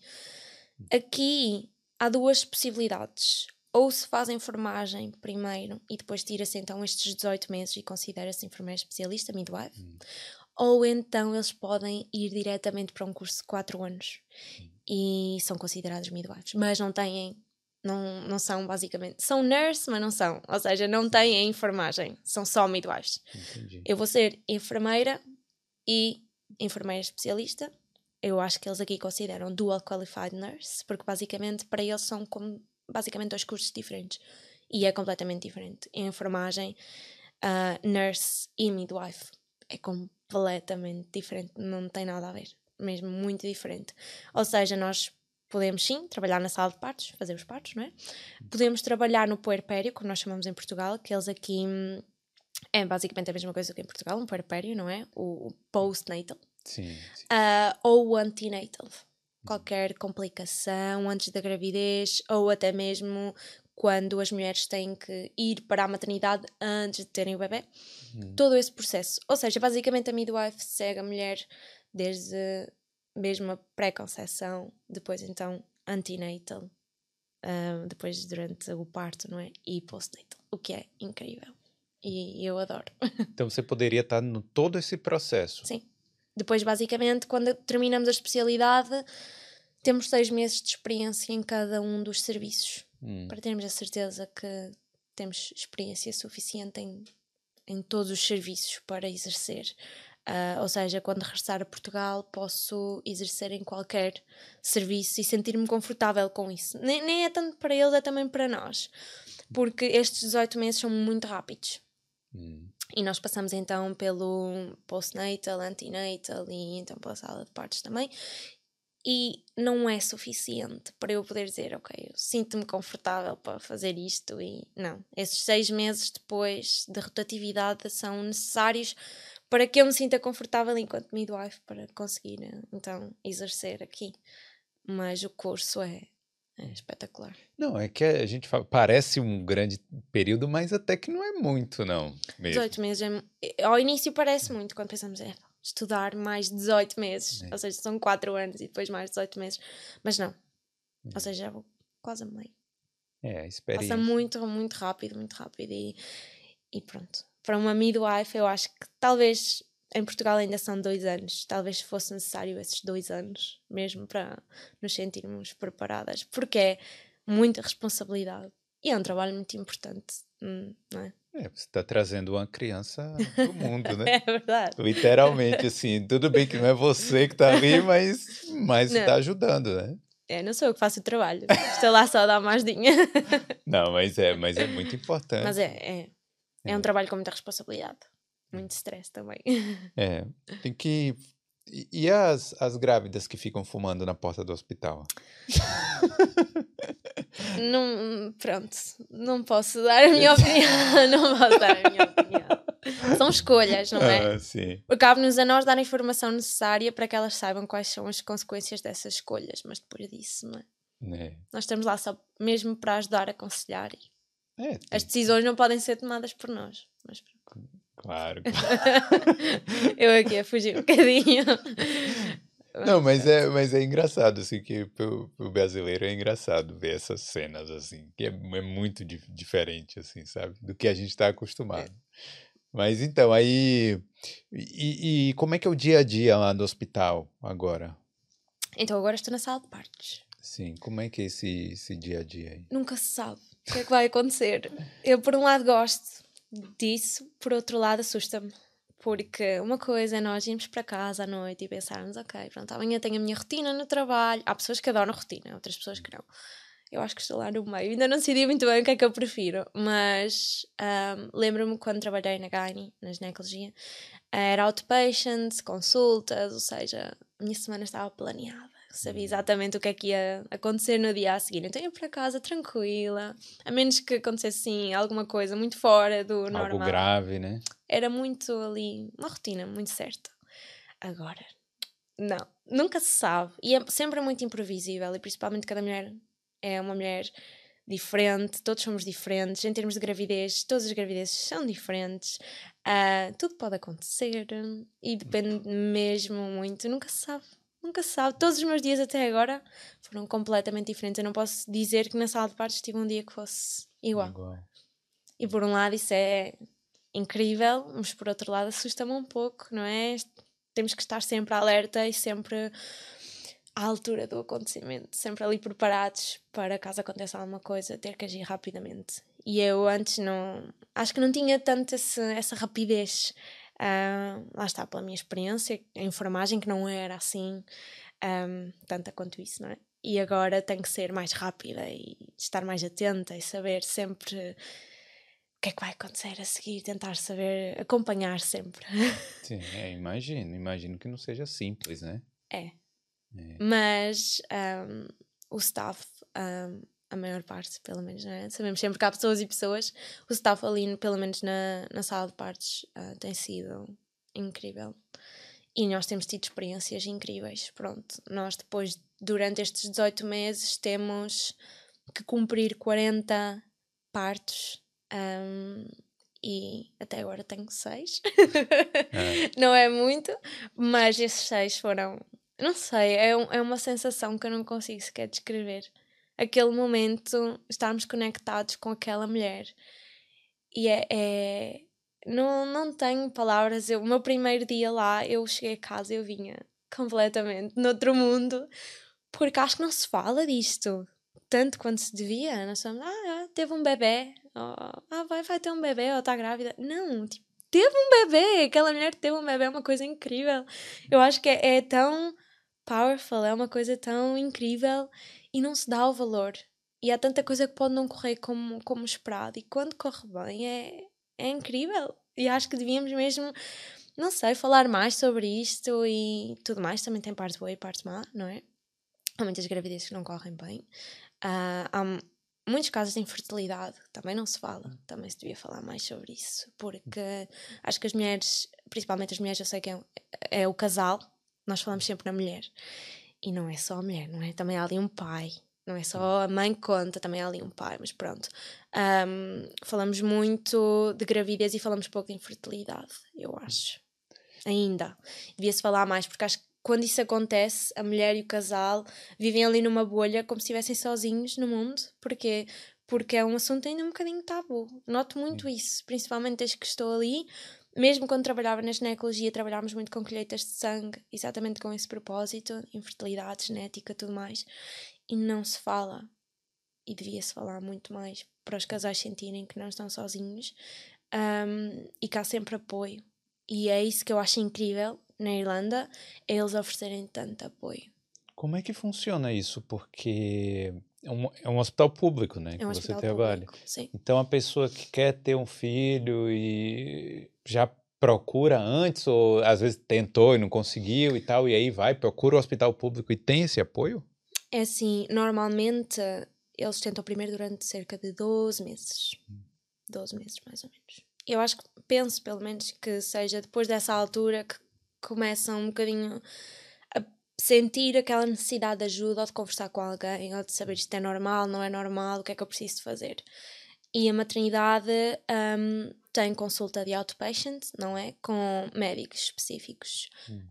Aqui há 2 possibilidades. Ou se faz a enfermagem primeiro e depois tira-se então estes 18 meses e considera-se enfermeira especialista, midwife. Ou então eles podem ir diretamente para um curso de 4 anos e são considerados midwives. Mas não têm, não são basicamente, são nurse, mas não são. Ou seja, não têm a enfermagem, são só midwives. Entendi. Eu vou ser enfermeira e enfermeira especialista. Eu acho que eles aqui consideram dual qualified nurse, porque basicamente para eles são como basicamente 2 cursos diferentes e é completamente diferente. Em enfermagem, nurse e midwife é completamente diferente, não tem nada a ver, mesmo muito diferente. Ou seja, nós podemos sim trabalhar na sala de partos, fazer os partos, não é? Podemos trabalhar no puerpério, como nós chamamos em Portugal, que eles aqui é basicamente a mesma coisa que em Portugal, um puerpério, não é? O postnatal. Sim. Ou o antenatal. Qualquer complicação antes da gravidez ou até mesmo quando as mulheres têm que ir para a maternidade antes de terem o bebê. Todo esse processo. Ou seja, basicamente a midwife segue a mulher desde mesmo a pré-conceição, depois então antenatal, depois durante o parto, não é? E postnatal, o que é incrível. E eu adoro. Então você poderia estar no todo esse processo. Sim. Depois, basicamente, quando terminamos a especialidade, temos 6 meses de experiência em cada um dos serviços. Para termos a certeza que temos experiência suficiente em todos os serviços para exercer. Ou seja, quando regressar a Portugal, posso exercer em qualquer serviço e sentir-me confortável com isso. Nem é tanto para eles, é também para nós. Porque estes 18 meses são muito rápidos. E nós passamos então pelo postnatal, antenatal e então pela sala de partos também. E não é suficiente para eu poder dizer, ok, eu sinto-me confortável para fazer isto e não. Esses 6 meses depois de rotatividade são necessários para que eu me sinta confortável enquanto midwife para conseguir então exercer aqui. Mas o curso é É espetacular. Não, é que a gente fala, parece um grande período, mas até que não é muito, não. Mesmo. 18 meses ao início parece muito, quando pensamos, estudar mais 18 meses. Ou seja, são 4 anos e depois mais 18 meses. Mas não. Ou seja, já vou quase a meio. A experiência. Passa muito, muito rápido, muito rápido. E pronto. Para uma midwife, eu acho que talvez em Portugal ainda são 2 anos. Talvez fosse necessário esses 2 anos mesmo para nos sentirmos preparadas. Porque é muita responsabilidade. E é um trabalho muito importante, não é? Você está trazendo uma criança pro mundo, né? É verdade. Literalmente, assim, tudo bem que não é você que tá ali, mas você tá ajudando, né? Não sou eu que faço o trabalho. Estou lá só a dar uma ajudinha. Não, mas é muito importante. Mas é um trabalho com muita responsabilidade. Muito stress também. Tem que... E as grávidas que ficam fumando na porta do hospital? Não, pronto, não posso dar a minha opinião. Não posso dar a minha opinião. São escolhas, não é? Sim. Cabe-nos a nós dar a informação necessária para que elas saibam quais são as consequências dessas escolhas, mas depois disso, não é? Nós estamos lá só mesmo para ajudar a aconselhar. As decisões não podem ser tomadas por nós. Mas... Claro. Eu aqui a fugir um bocadinho. Não, mas é engraçado, assim, que pro brasileiro é engraçado ver essas cenas, assim, que é muito diferente, assim, sabe? Do que a gente tá acostumado. Mas então, aí... E como é que é o dia a dia lá no hospital agora? Então, agora estou na sala de partos. Sim, como é que é esse dia a dia aí? Nunca se sabe o que é que vai acontecer. Eu, por um lado, gosto disso, por outro lado, assusta-me. Porque uma coisa é nós irmos para casa à noite e pensarmos, ok, pronto, amanhã tenho a minha rotina no trabalho. Há pessoas que adoram rotina, outras pessoas que não. Eu acho que estou lá no meio. Ainda não decidi muito bem o que é que eu prefiro, mas lembro-me quando trabalhei na Gynae, na ginecologia, era outpatient, consultas, ou seja, a minha semana estava planeada. Sabia exatamente o que é que ia acontecer no dia a seguir. Então eu ia para casa tranquila, a menos que acontecesse assim alguma coisa muito fora do normal. Algo grave, né? Era muito ali, uma rotina muito certa. Agora, não, nunca se sabe. E é sempre muito imprevisível, e principalmente cada mulher é uma mulher diferente, todos somos diferentes. Em termos de gravidez, todas as gravidezes são diferentes. Tudo pode acontecer e depende mesmo muito, nunca se sabe. Nunca se sabe. Todos os meus dias até agora foram completamente diferentes. Eu não posso dizer que na sala de partos tive um dia que fosse igual. E por um lado isso é incrível, mas por outro lado assusta-me um pouco, não é? Temos que estar sempre alerta e sempre à altura do acontecimento, sempre ali preparados para caso aconteça alguma coisa, ter que agir rapidamente. E eu antes acho que não tinha tanto essa rapidez. Lá está, pela minha experiência em enfermagem, que não era assim tanta quanto isso, não é? E agora tenho que ser mais rápida e estar mais atenta e saber sempre o que é que vai acontecer a seguir, tentar saber, acompanhar sempre. Sim, imagino que não seja simples, né? Mas o staff, a maior parte, pelo menos, não é? Sabemos sempre que há pessoas e pessoas. O staff ali, pelo menos na sala de partos, tem sido incrível. E nós temos tido experiências incríveis. Pronto, nós depois, durante estes 18 meses, temos que cumprir 40 partos. E até agora tenho 6. Não é muito, mas esses 6 foram... Não sei, é uma sensação que eu não consigo sequer descrever. Aquele momento, estarmos conectados com aquela mulher. E não tenho palavras. O meu primeiro dia lá, eu cheguei a casa e eu vinha completamente noutro mundo, porque acho que não se fala disto tanto quanto se devia. Nós falamos, teve um bebê, vai ter um bebê, ou está grávida. Não, tipo, teve um bebê, aquela mulher teve um bebê, é uma coisa incrível. Eu acho que é tão powerful, é uma coisa tão incrível e não se dá o valor. E há tanta coisa que pode não correr como esperado, e quando corre bem é incrível. E acho que devíamos mesmo, não sei, falar mais sobre isto e tudo mais. Também tem parte boa e parte má, não é? Há muitas gravidezes que não correm bem. Há muitos casos de infertilidade, também não se fala. Também se devia falar mais sobre isso, porque acho que as mulheres, principalmente as mulheres, eu sei que é o casal, nós falamos sempre na mulher. E não é só a mulher, não é? Também há ali um pai, Não é só a mãe que conta, também há ali um pai, mas pronto. Falamos muito de gravidez e falamos pouco de infertilidade, eu acho. Ainda. Devia-se falar mais, porque acho que quando isso acontece, a mulher e o casal vivem ali numa bolha como se estivessem sozinhos no mundo. Porquê? Porque é um assunto ainda um bocadinho tabu. Noto muito isso, principalmente desde que estou ali. Mesmo quando trabalhava na ginecologia, trabalhámos muito com colheitas de sangue, exatamente com esse propósito, infertilidade, genética, tudo mais. E não se fala. E devia-se falar muito mais para os casais sentirem que não estão sozinhos e que há sempre apoio. E é isso que eu acho incrível na Irlanda, é eles oferecerem tanto apoio. Como é que funciona isso? Porque é um hospital público, né, É um que você hospital trabalha. público, sim. Então, a pessoa que quer ter um filho e já procura antes, ou às vezes tentou e não conseguiu e tal, e aí procura o hospital público e tem esse apoio? É assim, normalmente eles tentam primeiro durante cerca de 12 meses. 12 meses, mais ou menos. Eu acho que, penso pelo menos que seja depois dessa altura que começam um bocadinho a sentir aquela necessidade de ajuda ou de conversar com alguém ou de saber se isto é normal, não é normal, o que é que eu preciso de fazer. E a maternidade tem consulta de outpatient, não é? Com médicos específicos.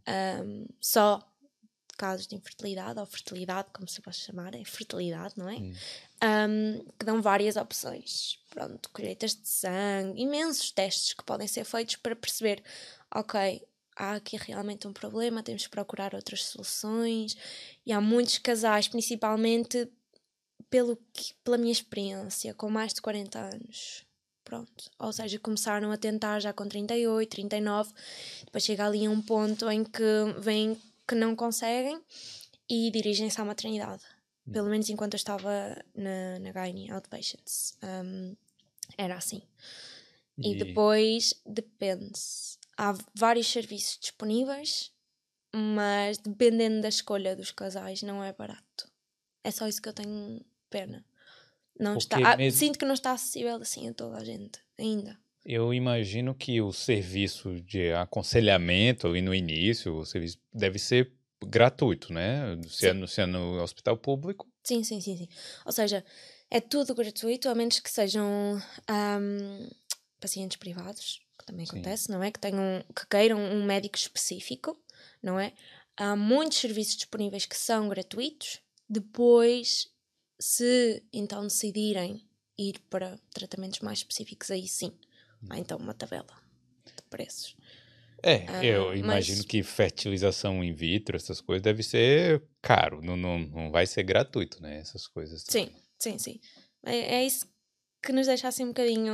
Só casos de infertilidade ou fertilidade, como se pode chamar, é fertilidade, não é? Que dão várias opções. Pronto, colheitas de sangue, imensos testes que podem ser feitos para perceber, ok, há aqui realmente um problema, temos que procurar outras soluções. E há muitos casais, principalmente pela minha experiência, com mais de 40 anos. Pronto. Ou seja, começaram a tentar já com 38, 39, depois chega ali a um ponto em que veem que não conseguem e dirigem-se à maternidade. Pelo menos enquanto eu estava na Gynae Outpatients. Era assim. E depois depende. Há vários serviços disponíveis, mas dependendo da escolha dos casais, não é barato. É só isso que eu tenho pena. Não está, sinto que não está acessível assim a toda a gente, ainda. Eu imagino que o serviço de aconselhamento ali no início, o serviço deve ser gratuito, né? Se é no hospital público. Sim. Ou seja, é tudo gratuito, a menos que sejam pacientes privados, que também acontece, não é? Que queiram um médico específico, não é? Há muitos serviços disponíveis que são gratuitos. Depois, se então decidirem ir para tratamentos mais específicos, aí sim. Há então uma tabela de preços. Eu imagino que fertilização in vitro, essas coisas, deve ser caro. Não vai ser gratuito, né? Essas coisas também. Sim. É isso que nos deixa assim um bocadinho...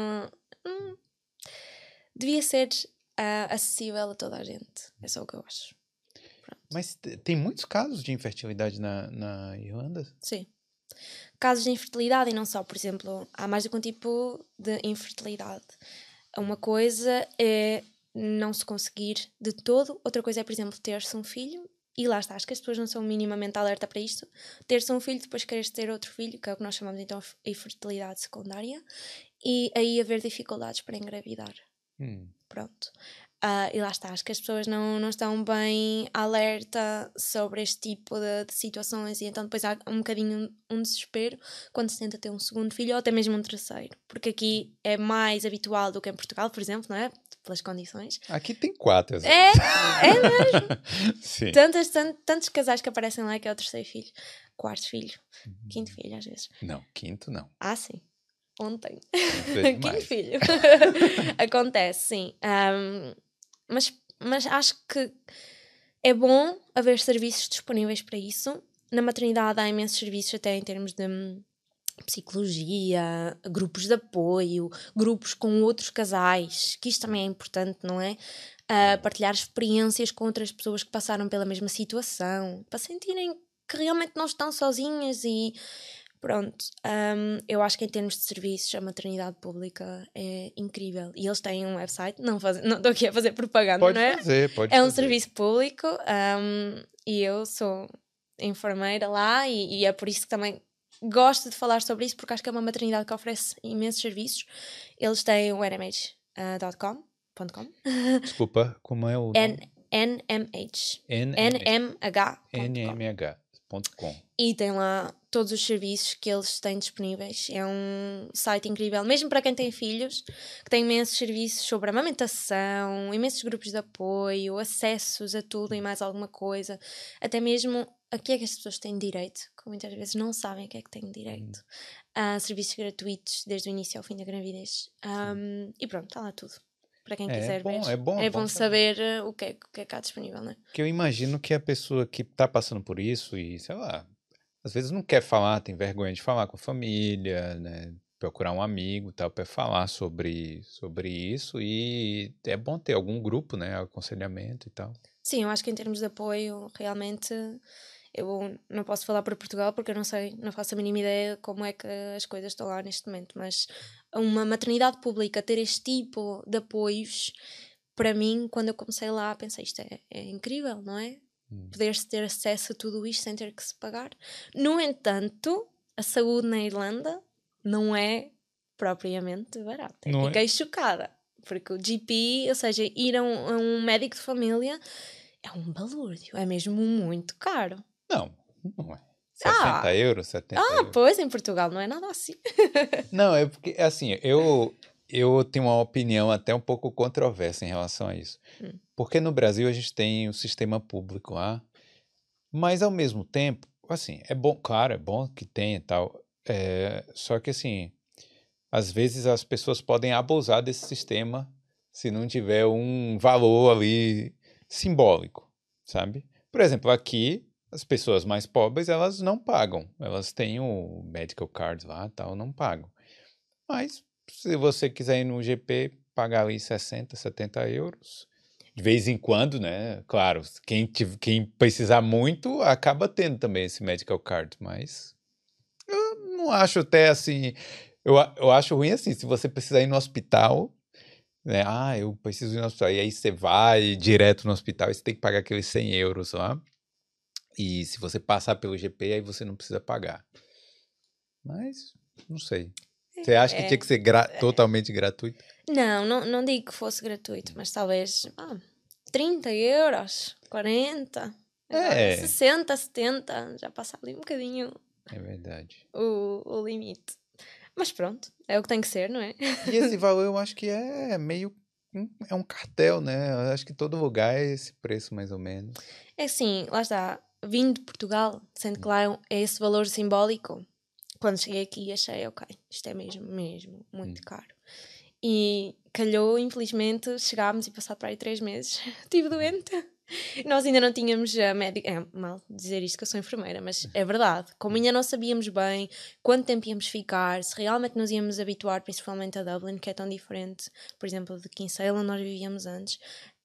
devia ser acessível a toda a gente. É só o que eu acho. Pronto. Mas tem muitos casos de infertilidade na Irlanda? Sim. Casos de infertilidade e não só. Por exemplo, há mais do que um tipo de infertilidade. Uma coisa é não se conseguir de todo. Outra coisa é, por exemplo, ter-se um filho. E lá está, acho que as pessoas não são minimamente alerta para isto. Ter-se um filho, depois queres ter outro filho, que é o que nós chamamos então de infertilidade secundária. E aí haver dificuldades para engravidar. Pronto. E lá está, acho que as pessoas não estão bem alerta sobre este tipo de situações e então depois há um bocadinho um desespero quando se tenta ter um segundo filho ou até mesmo um terceiro, porque aqui é mais habitual do que em Portugal, por exemplo, não é? Pelas condições. Aqui tem 4. É mesmo. Sim. Tantos casais que aparecem lá que é o terceiro filho, quarto filho, quinto filho às vezes. Não, quinto não. Sim. Ontem. Quinto filho. Acontece, sim. Mas acho que é bom haver serviços disponíveis para isso. Na maternidade há imensos serviços até em termos de psicologia, grupos de apoio, grupos com outros casais, que isto também é importante, não é? Partilhar experiências com outras pessoas que passaram pela mesma situação, para sentirem que realmente não estão sozinhas e pronto. Eu acho que em termos de serviços a maternidade pública é incrível e eles têm um website, não estou aqui a fazer propaganda, pode não é? Pode é um fazer. serviço público e eu sou enfermeira lá e é por isso que também gosto de falar sobre isso, porque acho que é uma maternidade que oferece imensos serviços. Eles têm o nmh.com. Desculpa, como é o nome? NMH. NMH. NMH.com. NMH.com. .com. E tem lá todos os serviços que eles têm disponíveis. É um site incrível, mesmo para quem tem filhos, que tem imensos serviços sobre amamentação, imensos grupos de apoio, acessos a tudo e mais alguma coisa. Até mesmo a que é que as pessoas têm direito, que muitas vezes não sabem a que é que têm direito. Há serviços gratuitos desde o início ao fim da gravidez. E pronto, está lá tudo. Para quem quiser ver. É bom saber o que é que há disponível, né? Que eu imagino que a pessoa que está passando por isso e, sei lá, às vezes não quer falar, tem vergonha de falar com a família, né? Procurar um amigo tal para falar sobre isso, e é bom ter algum grupo, né? Aconselhamento e tal. Sim, eu acho que em termos de apoio, realmente, eu não posso falar para Portugal porque eu não faço a mínima ideia como é que as coisas estão lá neste momento, mas uma maternidade pública ter este tipo de apoios, para mim, quando eu comecei lá, pensei, isto é incrível, não é? Poder-se ter acesso a tudo isto sem ter que se pagar. No entanto, a saúde na Irlanda não é propriamente barata. Fiquei chocada, porque o GP, ou seja, ir a um médico de família é um balúrdio, é mesmo muito caro. Não é. 60 euros, 70 euros. Pois, em Portugal não é nada assim. Não, é porque, assim, eu tenho uma opinião até um pouco controversa em relação a isso. Porque no Brasil a gente tem o sistema público lá, mas ao mesmo tempo, assim, é bom, claro, é bom que tenha e tal, só que, assim, às vezes as pessoas podem abusar desse sistema se não tiver um valor ali simbólico, sabe? Por exemplo, aqui, as pessoas mais pobres, elas não pagam. Elas têm o medical card lá, tal, não pagam. Mas, se você quiser ir no GP, pagar ali 60, 70 euros, de vez em quando, né? Claro, quem precisar muito, acaba tendo também esse medical card, mas eu não acho até assim... Eu acho ruim assim, se você precisar ir no hospital, né? Eu preciso ir no hospital. E aí você vai direto no hospital e você tem que pagar aqueles 100 euros lá. E se você passar pelo GP, aí você não precisa pagar. Mas, não sei. Você acha que tinha que ser totalmente gratuito? Não digo que fosse gratuito, mas talvez 30 euros, 40, agora 60, 70, já passa ali um bocadinho. É verdade. O limite. Mas pronto, é o que tem que ser, não é? E esse valor eu acho que é meio... É um cartel, né? Eu acho que todo lugar é esse preço, mais ou menos. É assim, lá está, vindo de Portugal, sendo que lá é esse valor simbólico, quando cheguei aqui achei, ok, isto é mesmo muito caro. E calhou, infelizmente, chegámos e passado para aí 3 meses, estive doente. Nós ainda não tínhamos a médica. É mal dizer isto que eu sou enfermeira, mas é verdade. Como ainda não sabíamos bem quanto tempo íamos ficar, se realmente nos íamos habituar, principalmente a Dublin, que é tão diferente, por exemplo, de Kinsale, onde nós vivíamos antes,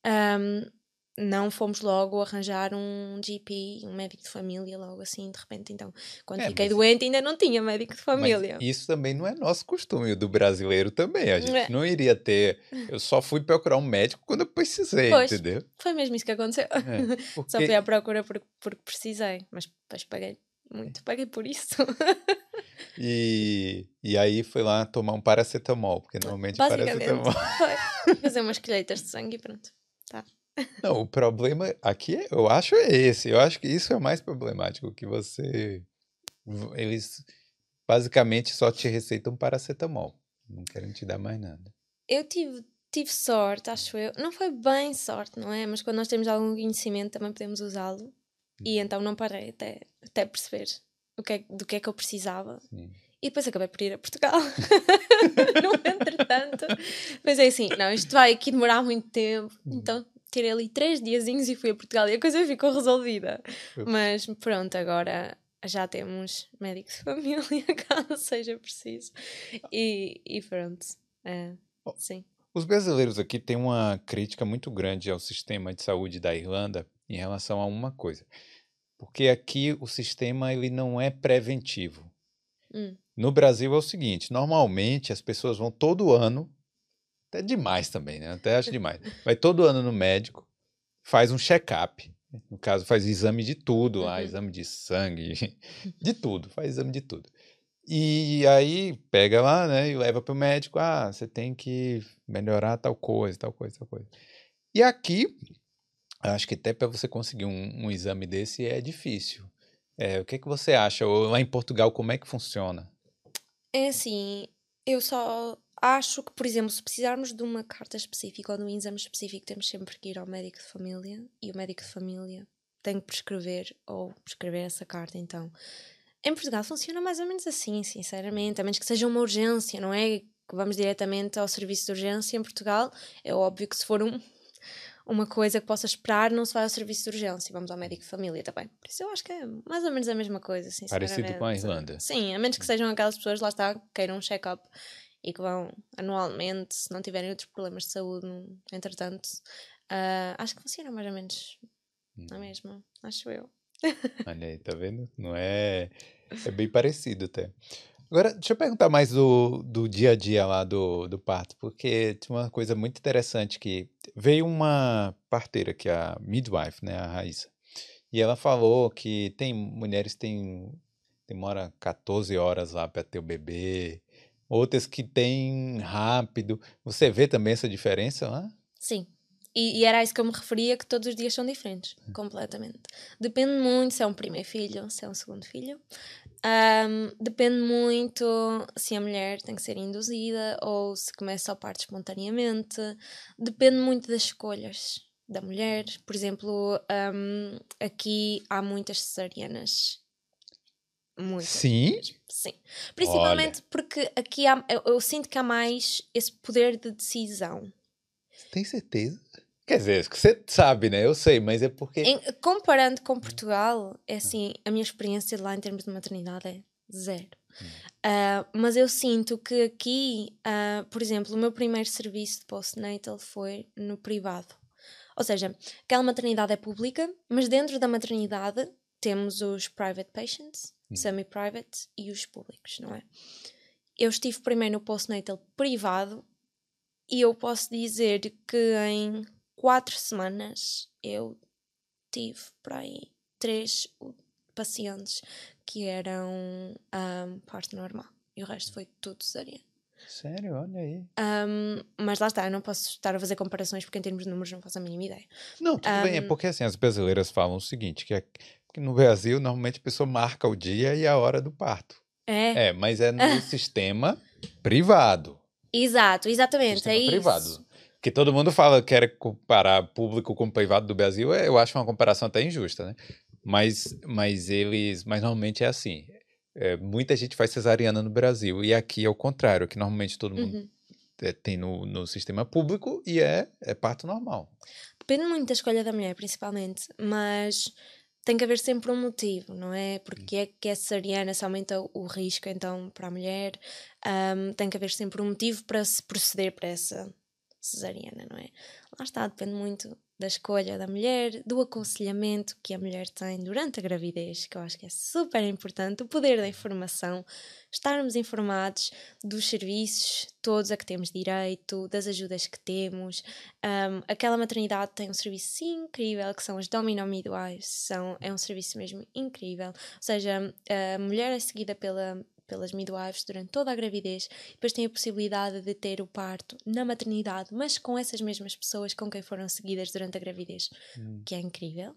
não fomos logo arranjar um GP, um médico de família, logo assim, de repente. Então, quando fiquei doente, ainda não tinha médico de família. Mas isso também não é nosso costume, o do brasileiro também. A gente não iria ter... Eu só fui procurar um médico quando eu precisei, entendeu? Foi mesmo isso que aconteceu. Só fui à procura porque precisei, mas depois paguei muito, paguei por isso. E aí foi lá tomar um paracetamol, porque normalmente paracetamol... Foi fazer umas colheitas de sangue e pronto, tá. Não, o problema aqui, eu acho, é esse. Eu acho que isso é o mais problemático, que eles basicamente só te receitam paracetamol. Não querem te dar mais nada. Eu tive sorte, acho eu. Não foi bem sorte, não é? Mas quando nós temos algum conhecimento também podemos usá-lo. E então não parei até perceber do que é que eu precisava. Sim. E depois acabei por ir a Portugal. No entretanto, pensei assim, não, isto vai aqui demorar muito tempo. Então tirei ali 3 diazinhos e fui a Portugal e a coisa ficou resolvida. Mas pronto, agora já temos médico de família, caso seja preciso. E pronto, sim. Os brasileiros aqui têm uma crítica muito grande ao sistema de saúde da Irlanda em relação a uma coisa. Porque aqui o sistema ele não é preventivo. No Brasil é o seguinte, normalmente as pessoas vão todo ano, até demais também, né? Até acho demais. Vai todo ano no médico, faz um check-up. No caso, faz exame de tudo lá, exame de sangue, de tudo, faz exame de tudo. E aí pega lá, né, e leva para o médico, você tem que melhorar tal coisa, tal coisa, tal coisa. E aqui, acho que até para você conseguir um exame desse é difícil. O que é que você acha? Ou lá em Portugal, como é que funciona? É assim, eu só acho que, por exemplo, se precisarmos de uma carta específica ou de um exame específico, temos sempre que ir ao médico de família e o médico de família tem que prescrever ou prescrever essa carta. Então, em Portugal funciona mais ou menos assim, sinceramente, a menos que seja uma urgência, não é? Que vamos diretamente ao serviço de urgência em Portugal. É óbvio que se for uma coisa que possa esperar, não se vai ao serviço de urgência, vamos ao médico de família também. Por isso eu acho que é mais ou menos a mesma coisa, Parecido com a sinceramente. Irlanda. Sim, a menos que sejam aquelas pessoas, lá está, que queiram um check-up e que vão anualmente, se não tiverem outros problemas de saúde, entretanto. Acho que funciona mais ou menos a mesma, acho eu. Olha aí, tá vendo? Não é... É bem parecido até. Agora, deixa eu perguntar mais do dia a dia lá do parto, porque tinha uma coisa muito interessante que veio uma parteira, que é a midwife, né, a Raíssa, e ela falou que tem mulheres que demora 14 horas lá para ter o bebê, outras que têm rápido. Você vê também essa diferença lá? Sim. E era a isso que eu me referia, que todos os dias são diferentes, completamente. Depende muito se é um primeiro filho, se é um segundo filho. Depende muito se a mulher tem que ser induzida ou se começa ao parto espontaneamente. Depende muito das escolhas da mulher. Por exemplo, aqui há muitas cesarianas. Muitas Sim? mesmo, sim. Olha, Principalmente porque aqui eu sinto que há mais esse poder de decisão. tem certeza? Quer dizer, você sabe, né? Eu sei, mas é porque... Comparando com Portugal, é assim, a minha experiência de lá em termos de maternidade é zero. Mas eu sinto que aqui, por exemplo, o meu primeiro serviço de postnatal foi no privado. Ou seja, aquela maternidade é pública, mas dentro da maternidade temos os private patients, semi-private e os públicos, não é? Eu estive primeiro no postnatal privado e eu posso dizer que em 4 semanas eu tive por aí 3 pacientes que eram parto normal e o resto foi tudo cesariana. Sério, olha aí. Mas lá está, eu não posso estar a fazer comparações porque em termos de números não faço a mínima ideia. Não, tudo bem, é porque assim, as brasileiras falam o seguinte, que no Brasil normalmente a pessoa marca o dia e a hora do parto. É, Mas é no sistema privado. exato, exatamente, Sistema é privado. isso. Que todo mundo fala que quer comparar público com privado do Brasil, eu acho uma comparação até injusta, né? Mas normalmente é assim. Muita gente faz cesariana no Brasil e aqui é o contrário, que normalmente todo mundo tem no sistema público e é parto normal. Depende muito da escolha da mulher, principalmente, mas tem que haver sempre um motivo, não é? Porque é que é cesariana, se aumenta o risco então para a mulher, tem que haver sempre um motivo para se proceder para essa cesariana, não é? Lá está, depende muito da escolha da mulher, do aconselhamento que a mulher tem durante a gravidez, que eu acho que é super importante, o poder da informação, estarmos informados dos serviços todos a que temos direito, das ajudas que temos. Aquela maternidade tem um serviço incrível, que são as Domino Midwives, é um serviço mesmo incrível, ou seja, a mulher é seguida pelas midwives durante toda a gravidez, depois tem a possibilidade de ter o parto na maternidade, mas com essas mesmas pessoas com quem foram seguidas durante a gravidez, que é incrível.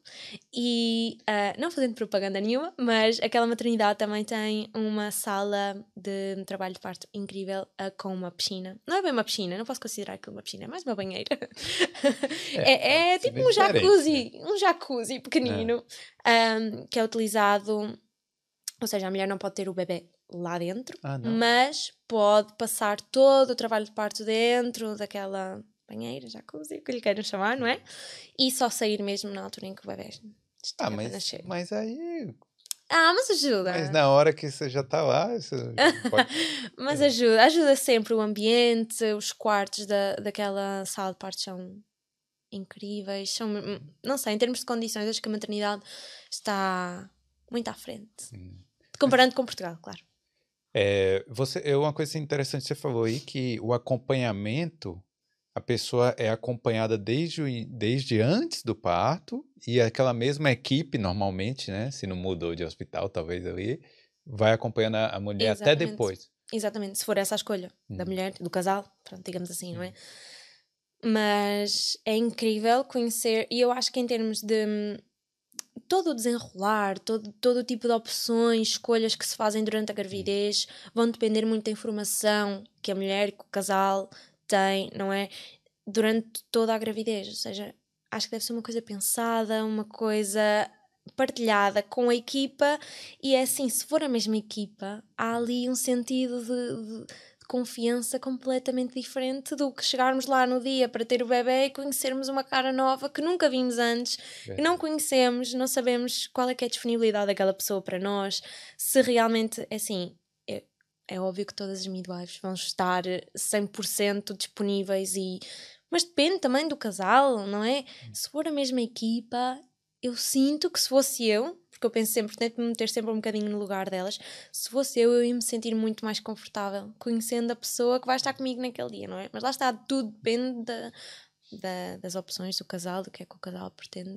E não fazendo propaganda nenhuma, mas aquela maternidade também tem uma sala de trabalho de parto incrível com uma piscina. Não é bem uma piscina, não posso considerar aquilo uma piscina, é mais uma banheira. É tipo um jacuzzi pequenino, que é utilizado, ou seja, a mulher não pode ter o bebê lá dentro, mas pode passar todo o trabalho de parto dentro daquela banheira, jacuzzi, o que lhe queiram chamar, não é? E só sair mesmo na altura em que o bebê está a nascer. Mas aí... Mas ajuda. Mas na hora que você já está lá, você pode... Mas ajuda sempre o ambiente, os quartos daquela sala de parto são incríveis, não sei, em termos de condições, acho que a maternidade está muito à frente. Comparando com Portugal, claro. Uma coisa interessante que você falou aí, que o acompanhamento, a pessoa é acompanhada desde antes do parto e aquela mesma equipe, normalmente, né? Se não mudou de hospital, talvez ali, vai acompanhando a mulher até depois. Exatamente, se for essa a escolha da mulher, do casal, pronto, digamos assim, não é? Mas é incrível conhecer, e eu acho que em termos de todo o desenrolar, todo o tipo de opções, escolhas que se fazem durante a gravidez vão depender muito da informação que a mulher, que o casal tem, não é? Durante toda a gravidez. Ou seja, acho que deve ser uma coisa pensada, uma coisa partilhada com a equipa, e é assim, se for a mesma equipa, há ali um sentido de confiança completamente diferente do que chegarmos lá no dia para ter o bebê e conhecermos uma cara nova que nunca vimos antes, e não conhecemos, não sabemos qual é que é a disponibilidade daquela pessoa para nós, se realmente, assim, é óbvio que todas as midwives vão estar 100% disponíveis, mas depende também do casal, não é? Se for a mesma equipa, eu sinto que se fosse eu, porque eu penso sempre, tento me meter sempre um bocadinho no lugar delas, se fosse eu ia me sentir muito mais confortável conhecendo a pessoa que vai estar comigo naquele dia, não é? Mas lá está, tudo depende das opções do casal, do que é que o casal pretende.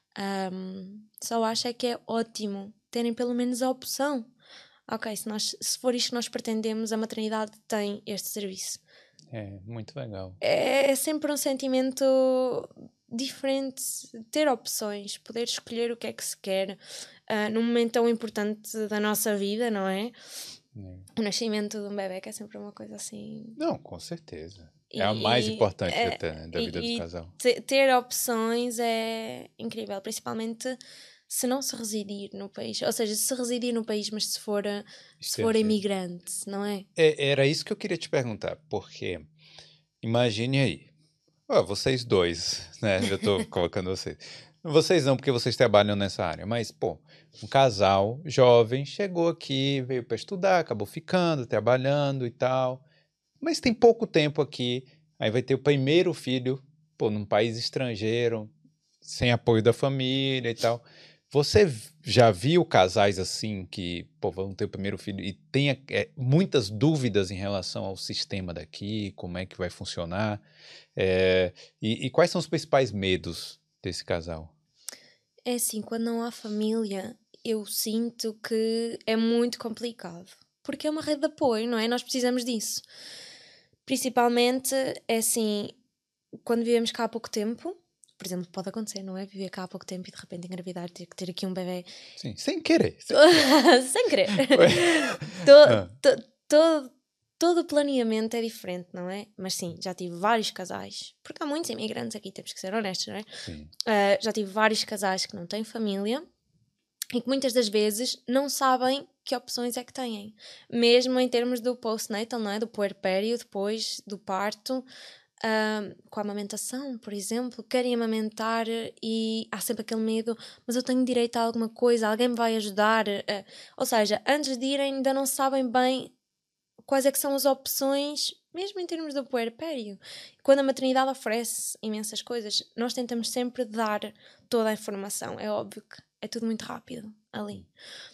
Só acho é que é ótimo terem pelo menos a opção. Ok, se for isto que nós pretendemos, a maternidade tem este serviço. É, muito legal. É sempre um sentimento diferente, ter opções, poder escolher o que é que se quer num momento tão importante da nossa vida, não é? O nascimento de um bebê, que é sempre uma coisa assim... Não, com certeza. É a mais importante até, né, da vida do casal. Ter opções é incrível, principalmente se não se residir no país. Ou seja, se residir no país, mas se for imigrante, não é? Era isso que eu queria te perguntar, porque imagine aí, vocês dois, né? Eu tô colocando vocês. Vocês não, porque vocês trabalham nessa área, mas, pô, um casal jovem chegou aqui, veio para estudar, acabou ficando, trabalhando e tal, mas tem pouco tempo aqui, aí vai ter o primeiro filho, pô, num país estrangeiro, sem apoio da família e tal. Você já viu casais assim que, pô, vão ter o primeiro filho e tem muitas dúvidas em relação ao sistema daqui, como é que vai funcionar? E quais são os principais medos desse casal? É assim, quando não há família, eu sinto que é muito complicado. Porque é uma rede de apoio, não é? Nós precisamos disso. Principalmente, é assim, quando vivemos cá há pouco tempo, por exemplo, pode acontecer, não é? Viver cá há pouco tempo e de repente engravidar, ter que ter aqui um bebê. Sim, sem querer. Sem querer. Todo o planeamento é diferente, não é? Mas sim, já tive vários casais, porque há muitos imigrantes aqui, temos que ser honestos, não é? Sim. Já tive vários casais que não têm família e que muitas das vezes não sabem que opções é que têm. Mesmo em termos do postnatal, não é? Do puerpério, depois do parto, com a amamentação, por exemplo, querem amamentar e há sempre aquele medo, mas eu tenho direito a alguma coisa, alguém me vai ajudar. Ou seja, antes de irem ainda não sabem bem quais é que são as opções, mesmo em termos do puerpério. Quando a maternidade oferece imensas coisas, nós tentamos sempre dar toda a informação. É óbvio que é tudo muito rápido ali.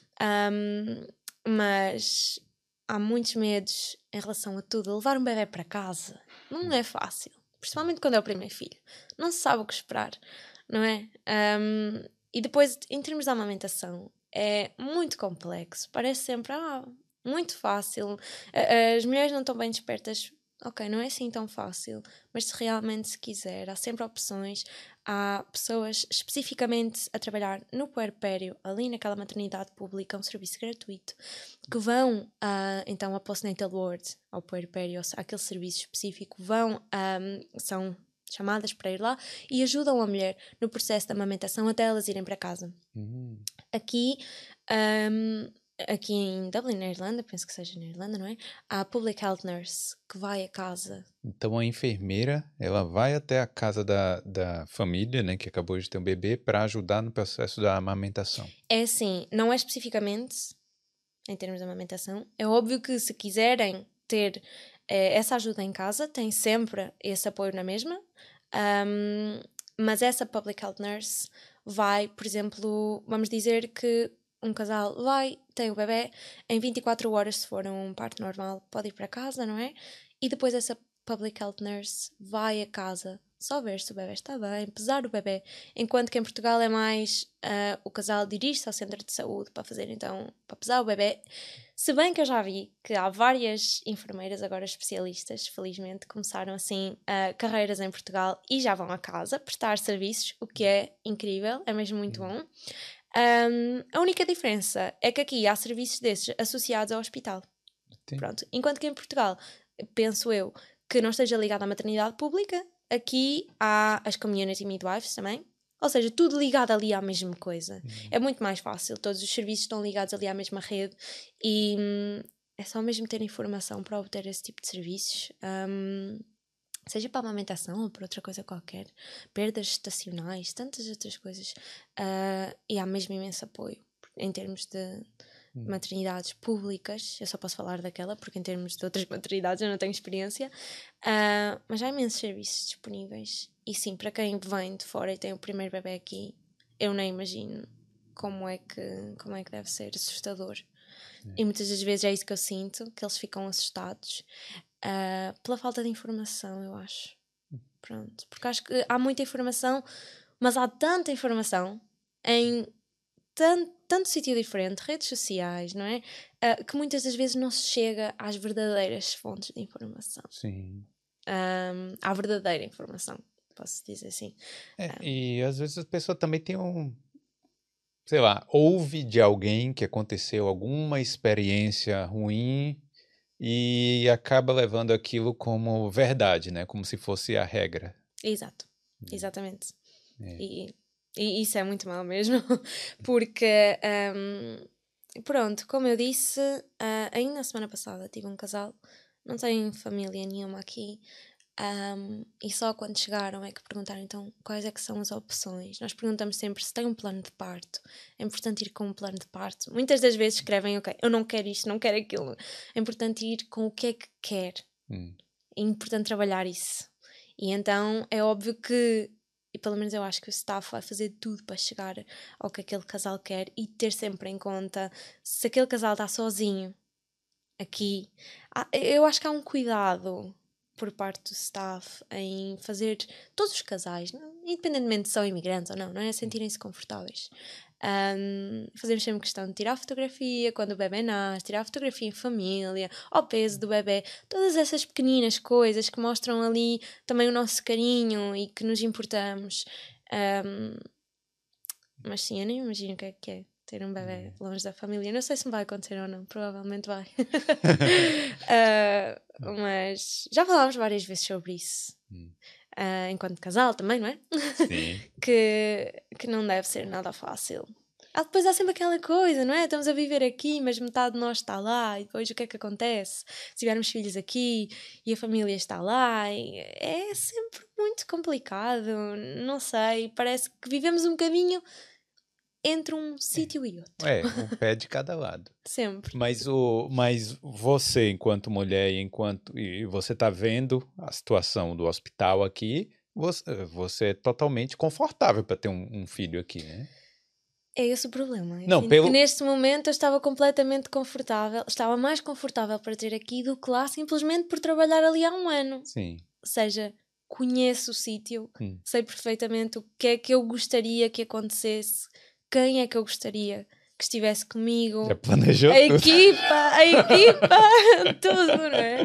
Mas há muitos medos em relação a tudo. Levar um bebê para casa não é fácil. Principalmente quando é o primeiro filho. Não se sabe o que esperar, não é? E depois, em termos de amamentação, é muito complexo. Parece sempre, muito fácil. As mulheres não estão bem despertas. Ok, não é assim tão fácil, mas se realmente se quiser, há sempre opções. Há pessoas especificamente a trabalhar no puerpério, ali naquela maternidade pública, um serviço gratuito, que vão então a postnatal ward, ao puerpério, àquele serviço específico, são chamadas para ir lá e ajudam a mulher no processo da amamentação até elas irem para casa. Aqui em Dublin, na Irlanda, penso que seja na Irlanda, não é? Há a Public Health Nurse que vai a casa. Então a enfermeira, ela vai até a casa da família, né, que acabou de ter um bebê, para ajudar no processo da amamentação. É assim, não é especificamente em termos de amamentação. É óbvio que se quiserem ter essa ajuda em casa, tem sempre esse apoio na mesma. Mas essa Public Health Nurse vai, por exemplo, vamos dizer que um casal tem o bebê, em 24 horas, se for um parto normal, pode ir para casa, não é? E depois essa Public Health Nurse vai a casa só ver se o bebê está bem, pesar o bebê, enquanto que em Portugal é mais o casal dirige-se ao centro de saúde para pesar o bebê. Se bem que eu já vi que há várias enfermeiras agora especialistas, felizmente, começaram assim carreiras em Portugal e já vão a casa prestar serviços, o que é incrível, é mesmo muito bom. A única diferença é que aqui há serviços desses associados ao hospital. Sim. Pronto. Enquanto que em Portugal, penso eu, que não esteja ligado à maternidade pública, aqui há as community midwives também. Ou seja, tudo ligado ali à mesma coisa. É muito mais fácil. Todos os serviços estão ligados ali à mesma rede e é só mesmo ter informação para obter esse tipo de serviços. Seja para a amamentação ou para outra coisa qualquer. Perdas estacionais, tantas outras coisas. E há mesmo imenso apoio em termos de maternidades públicas. Eu só posso falar daquela porque em termos de outras maternidades eu não tenho experiência. Mas há imensos serviços disponíveis. E sim, para quem vem de fora e tem o primeiro bebê aqui, eu nem imagino como é que deve ser assustador. E muitas das vezes é isso que eu sinto, que eles ficam assustados pela falta de informação, eu acho. Pronto. Porque acho que há muita informação, mas há tanta informação em tanto sítio diferente, redes sociais, não é? Que muitas das vezes não se chega às verdadeiras fontes de informação. Sim. À verdadeira informação, posso dizer assim. E às vezes a pessoa também tem sei lá, ouve de alguém que aconteceu alguma experiência ruim e acaba levando aquilo como verdade, né? Como se fosse a regra. Exato, exatamente. E isso é muito mal mesmo, porque, pronto, como eu disse, ainda na semana passada tive um casal, não tem família nenhuma aqui, e só quando chegaram é que perguntaram então quais é que são as opções. Nós perguntamos sempre se tem um plano de parto. É importante ir com um plano de parto. Muitas das vezes escrevem, ok, eu não quero isto, não quero aquilo. É importante ir com o que é que quer. É importante trabalhar isso. E então é óbvio que, e pelo menos eu acho que o staff vai fazer tudo para chegar ao que aquele casal quer e ter sempre em conta se aquele casal está sozinho aqui. Eu acho que há um cuidado por parte do staff em fazer todos os casais, independentemente se são imigrantes ou não é? Sentirem-se confortáveis. Fazemos sempre questão de tirar fotografia quando o bebê nasce, tirar fotografia em família, ao peso do bebê, todas essas pequeninas coisas que mostram ali também o nosso carinho e que nos importamos. Mas sim, eu nem imagino o que é ter um bebê longe da família. Não sei se me vai acontecer ou não, provavelmente vai. Mas já falámos várias vezes sobre isso. Enquanto casal também, não é? Sim. que não deve ser nada fácil. Depois há sempre aquela coisa, não é? Estamos a viver aqui, mas metade de nós está lá, e depois o que é que acontece? Se tivermos filhos aqui e a família está lá, é sempre muito complicado, não sei, parece que vivemos um bocadinho entre um sítio e outro. Um pé de cada lado. Sempre. Mas você, enquanto mulher, e você está vendo a situação do hospital aqui, você é totalmente confortável para ter um filho aqui, né? É esse o problema. Não, que neste momento eu estava completamente confortável, estava mais confortável para ter aqui do que lá, simplesmente por trabalhar ali há um ano. Sim. Ou seja, conheço o sítio, sei perfeitamente o que é que eu gostaria que acontecesse, quem é que eu gostaria que estivesse comigo. Já planejou a equipa, tudo, não é?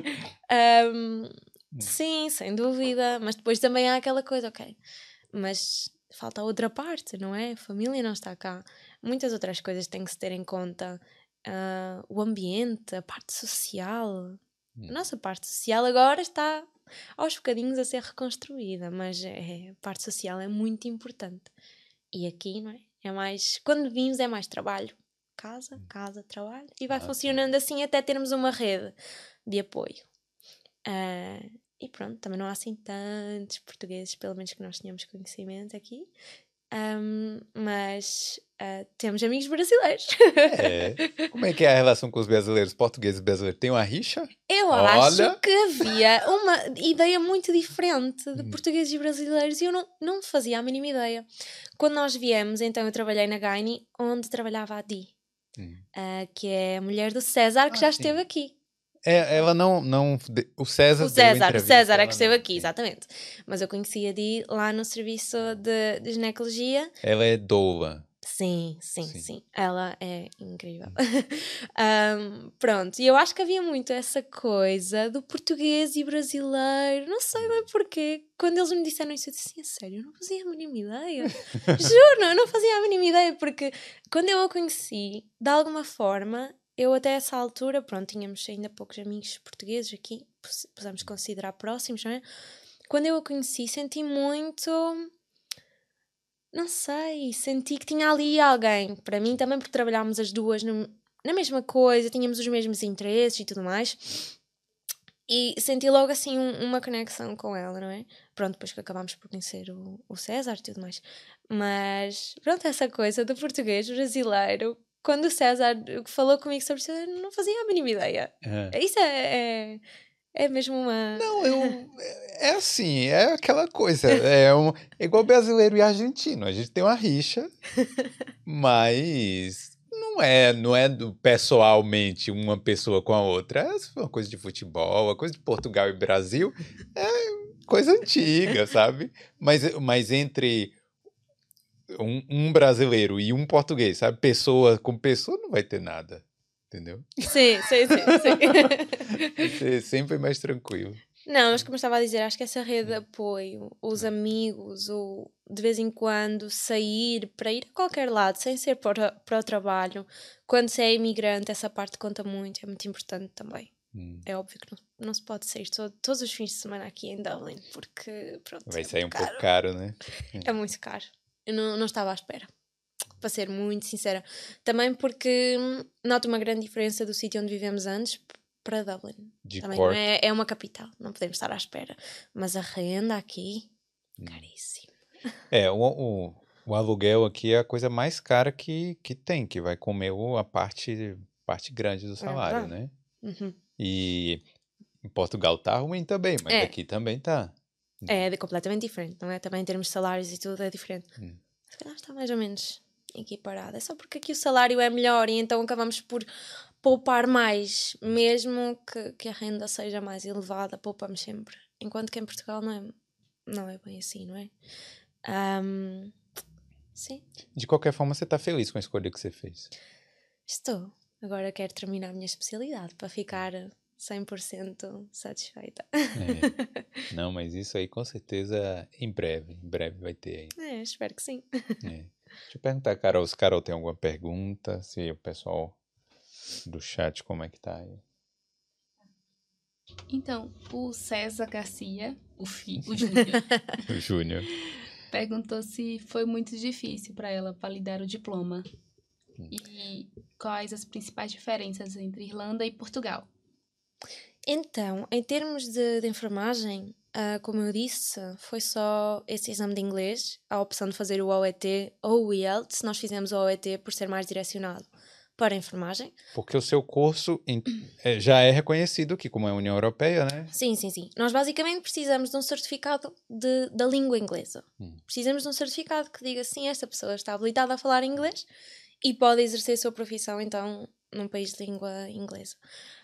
Sim, sem dúvida, mas depois também há aquela coisa, ok, mas falta a outra parte, não é? A família não está cá. Muitas outras coisas têm que se ter em conta. O ambiente, a parte social. A nossa parte social agora está aos bocadinhos a ser reconstruída, mas a parte social é muito importante. E aqui, não é? É mais, quando vimos é mais trabalho. Casa, trabalho. E vai funcionando assim até termos uma rede de apoio. E pronto, também não há assim tantos portugueses, pelo menos que nós tenhamos conhecimento aqui. Mas temos amigos brasileiros. Como é que é a relação com os brasileiros, portugueses brasileiros? Tem uma rixa? Eu acho que havia uma ideia muito diferente de portugueses e brasileiros e eu não fazia a mínima ideia. Quando nós viemos, então eu trabalhei na Gaini, onde trabalhava a Di, que é a mulher do César, que já esteve aqui. Ela não o César é que esteve aqui, exatamente. Mas eu conheci a Di lá no serviço de ginecologia. Ela é doula. Sim. Ela é incrível. Pronto, e eu acho que havia muito essa coisa do português e brasileiro. Não sei bem porquê. Quando eles me disseram isso, eu disse assim, a sério, eu não fazia a mínima ideia. Juro, eu não fazia a mínima ideia, porque quando eu a conheci, de alguma forma, eu até essa altura, pronto, tínhamos ainda poucos amigos portugueses aqui, podemos considerar próximos, não é? Quando eu a conheci, senti muito... Não sei, senti que tinha ali alguém. Para mim também, porque trabalhámos as duas na mesma coisa, tínhamos os mesmos interesses e tudo mais. E senti logo assim uma conexão com ela, não é? Pronto, depois que acabámos por conhecer o César e tudo mais. Mas pronto, essa coisa do português brasileiro, quando o César falou comigo sobre isso, eu não fazia a mínima ideia. Isso é mesmo uma... Não, é assim, é aquela coisa, é igual brasileiro e argentino, a gente tem uma rixa, mas não é pessoalmente uma pessoa com a outra, é uma coisa de futebol, a coisa de Portugal e Brasil é coisa antiga, sabe? Mas entre um brasileiro e um português, sabe? Pessoa com pessoa não vai ter nada, entendeu? Sim. Vai ser sempre mais tranquilo. Não, mas como eu estava a dizer, acho que essa rede de apoio, os amigos, o de vez em quando sair para ir a qualquer lado, sem ser para o trabalho, quando se é imigrante, essa parte conta muito, é muito importante também. É óbvio que não se pode sair todos os fins de semana aqui em Dublin, porque pronto, vai sair muito pouco caro, né? É muito caro. Eu não estava à espera, para ser muito sincera. Também porque noto uma grande diferença do sítio onde vivemos antes para Dublin. Também não é uma capital, não podemos estar à espera. Mas a renda aqui, caríssima. O aluguel aqui é a coisa mais cara que tem, que vai comer a parte grande do salário, né? E em Portugal tá ruim também, mas aqui também tá. É completamente diferente, não é? Também em termos de salários e tudo é diferente. Se calhar está mais ou menos equiparado. É só porque aqui o salário é melhor e então acabamos por poupar mais, mesmo que a renda seja mais elevada, poupamos sempre. Enquanto que em Portugal não é bem assim, não é? Sim. De qualquer forma, você tá feliz com a escolha que você fez? Estou. Agora quero terminar a minha especialidade para ficar 100% satisfeita. Não, mas isso aí com certeza em breve vai ter aí. Espero que sim. Deixa eu perguntar, Carol, se Carol tem alguma pergunta, se o pessoal do chat, como é que tá aí? Então, o César Garcia, o Júnior, o Júnior, perguntou se foi muito difícil para ela validar o diploma e quais as principais diferenças entre Irlanda e Portugal. Então, em termos de enfermagem, como eu disse, foi só esse exame de inglês, a opção de fazer o OET ou o IELTS. Nós fizemos o OET por ser mais direcionado para a enfermagem. Porque o seu curso já é reconhecido aqui como é a União Europeia, né? Sim. Nós basicamente precisamos de um certificado da língua inglesa. Precisamos de um certificado que diga sim, esta pessoa está habilitada a falar inglês e pode exercer a sua profissão, então, num país de língua inglesa.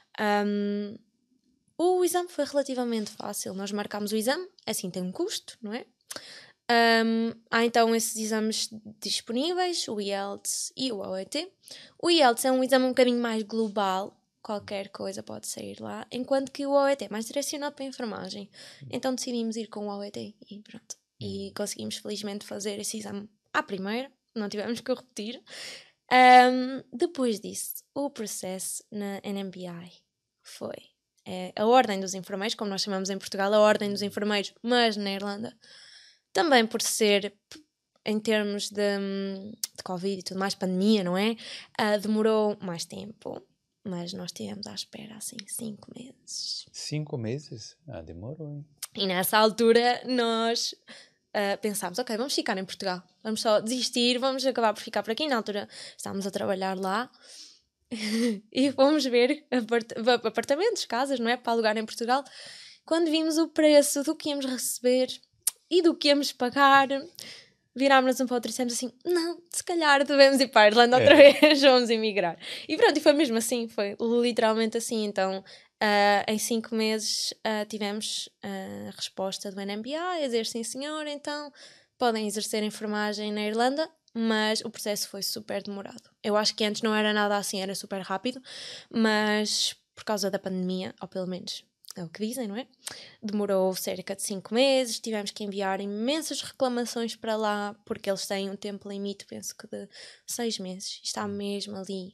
O exame foi relativamente fácil. Nós marcámos o exame, assim tem um custo, não é? Há então esses exames disponíveis, o IELTS e o OET. O IELTS é um exame um bocadinho mais global, qualquer coisa pode sair lá, enquanto que o OET é mais direcionado para a enfermagem. Então decidimos ir com o OET e pronto. E conseguimos felizmente fazer esse exame à primeira, não tivemos que repetir. Depois disso, o processo na NMBI foi a Ordem dos Enfermeiros, como nós chamamos em Portugal, a Ordem dos Enfermeiros, mas na Irlanda. Também por ser, em termos de Covid e tudo mais, pandemia, não é? Demorou mais tempo, mas nós estivemos à espera, assim, 5 meses. 5 meses? Demorou, hein? E nessa altura nós pensámos, ok, vamos ficar em Portugal, vamos só desistir, vamos acabar por ficar por aqui. Na altura estávamos a trabalhar lá e fomos ver apartamentos, casas, não é? Para alugar em Portugal. Quando vimos o preço do que íamos receber e do que íamos pagar, virámos-nos um para o outro e dissemos assim, não, se calhar devemos ir para a Irlanda outra vez, vamos emigrar. E pronto, e foi mesmo assim, foi literalmente assim. Então, em 5 meses tivemos a resposta do NMBI, a dizer sim senhor, então podem exercer enfermagem na Irlanda mas o processo foi super demorado. Eu acho que antes não era nada assim, era super rápido, mas por causa da pandemia, ou pelo menos é o que dizem, não é? Demorou cerca de 5 meses, tivemos que enviar imensas reclamações para lá, porque eles têm um tempo limite, penso que de 6 meses. Está mesmo ali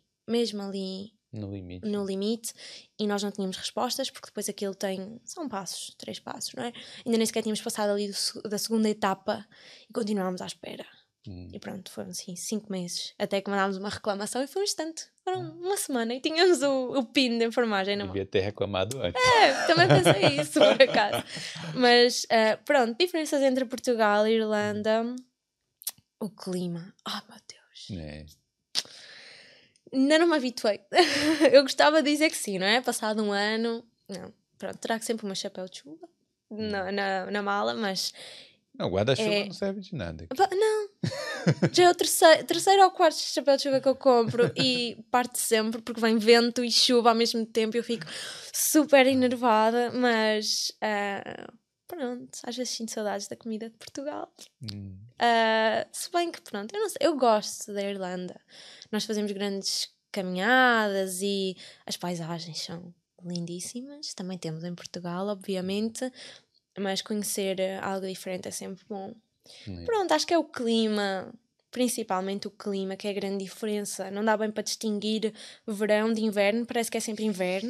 no limite, e nós não tínhamos respostas, porque depois aquilo são passos, 3 passos, não é? Ainda nem sequer tínhamos passado ali da segunda etapa e continuámos à espera. E pronto, foram assim 5 meses, até que mandámos uma reclamação e foi um instante, foram uma semana e tínhamos o PIN de enfermagem na mão. Devia ter reclamado antes. Também pensei isso, por acaso. Mas pronto, diferenças entre Portugal e Irlanda, o clima, meu Deus. Ainda não me habituei. Eu gostava de dizer que sim, não é? Passado um ano, não, pronto, trago sempre uma chapéu de chuva na mala, mas... Não, guarda-chuva não serve de nada. Não, já é o terceiro ou quarto chapéu de chuva que eu compro e parte sempre porque vem vento e chuva ao mesmo tempo e eu fico super enervada, mas pronto, às vezes sinto saudades da comida de Portugal. Se bem que pronto, eu não sei, eu gosto da Irlanda. Nós fazemos grandes caminhadas e as paisagens são lindíssimas, também temos em Portugal, obviamente, mas conhecer algo diferente é sempre bom. Pronto, acho que é o clima, principalmente o clima, que é a grande diferença. Não dá bem para distinguir verão de inverno, parece que é sempre inverno.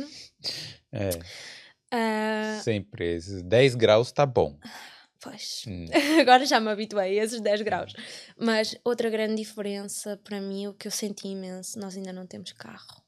Sempre, esses 10 graus tá bom. Pois, agora já me habituei a esses 10 graus. Mas outra grande diferença para mim, o que eu senti imenso, nós ainda não temos carro.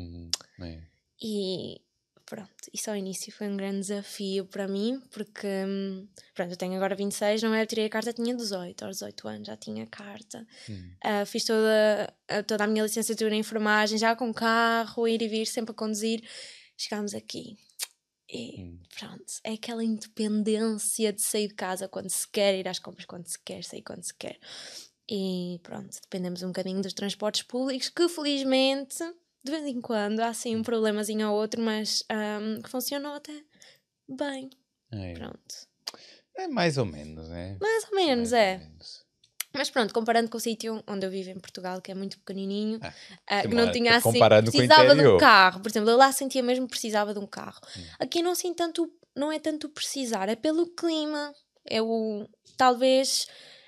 E... pronto, isso ao início foi um grande desafio para mim, porque, pronto, eu tenho agora 26, não é? Eu tirei a carta, tinha 18, aos 18 anos já tinha carta. Fiz toda a minha licenciatura em enfermagem, já com carro, ir e vir, sempre a conduzir. Chegámos aqui e pronto, é aquela independência de sair de casa quando se quer, ir às compras quando se quer, sair quando se quer. E pronto, dependemos um bocadinho dos transportes públicos, que felizmente... de vez em quando há assim um problemazinho ou outro, mas que funcionou até bem. Pronto. É mais ou menos, né? Mais ou menos, menos. Mas pronto, comparando com o sítio onde eu vivo em Portugal, que é muito pequenininho, que não tinha assim, precisava de um carro. Por exemplo, eu lá sentia mesmo que precisava de um carro. Aqui não sinto tanto, não é tanto precisar, é pelo clima. Talvez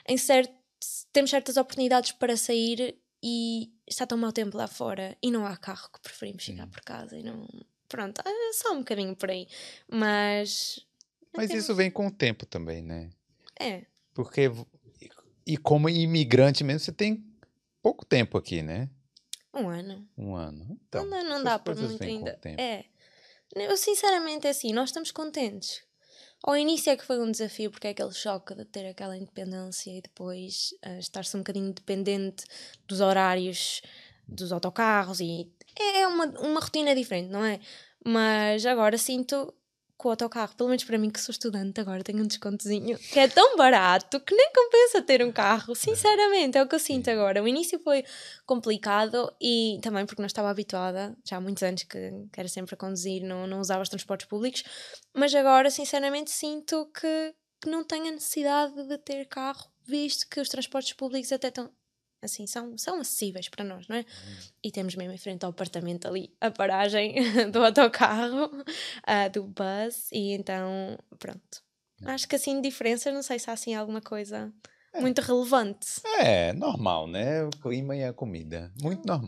temos certas oportunidades para sair e está tão mau tempo lá fora e não há carro, que preferimos ficar por casa e não... Pronto, é só um bocadinho por aí. Mas isso vem com o tempo também, né? Porque... E como imigrante mesmo, você tem pouco tempo aqui, né? Um ano. Então, não dá para muito ainda. Eu sinceramente, assim, nós estamos contentes. Ao início é que foi um desafio, porque é aquele choque de ter aquela independência e depois estar-se um bocadinho dependente dos horários dos autocarros e é uma rotina diferente, não é? Mas agora sinto que o autocarro, pelo menos para mim que sou estudante agora, tenho um descontozinho que é tão barato que nem compensa ter um carro, sinceramente, é o que eu sinto agora. O início foi complicado e também porque não estava habituada, já há muitos anos que era sempre a conduzir, não usava os transportes públicos, mas agora sinceramente sinto que não tenho a necessidade de ter carro, visto que os transportes públicos até estão assim, são acessíveis para nós, não é? E temos mesmo em frente ao apartamento ali a paragem do autocarro, do bus, e então, pronto. Acho que assim, diferenças, não sei se há assim alguma coisa muito relevante. É, normal, né? O clima e a comida. Muito normal.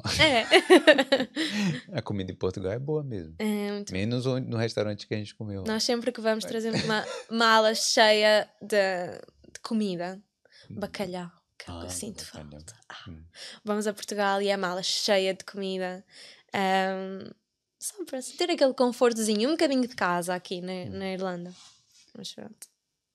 A comida em Portugal é boa mesmo. Menos no restaurante que a gente comeu. Nós sempre que vamos trazemos uma mala cheia de comida. Bacalhau. Que eu sinto falta. Vamos a Portugal e a mala cheia de comida. Só para ter aquele confortozinho, um bocadinho de casa aqui na Irlanda. Mas pronto.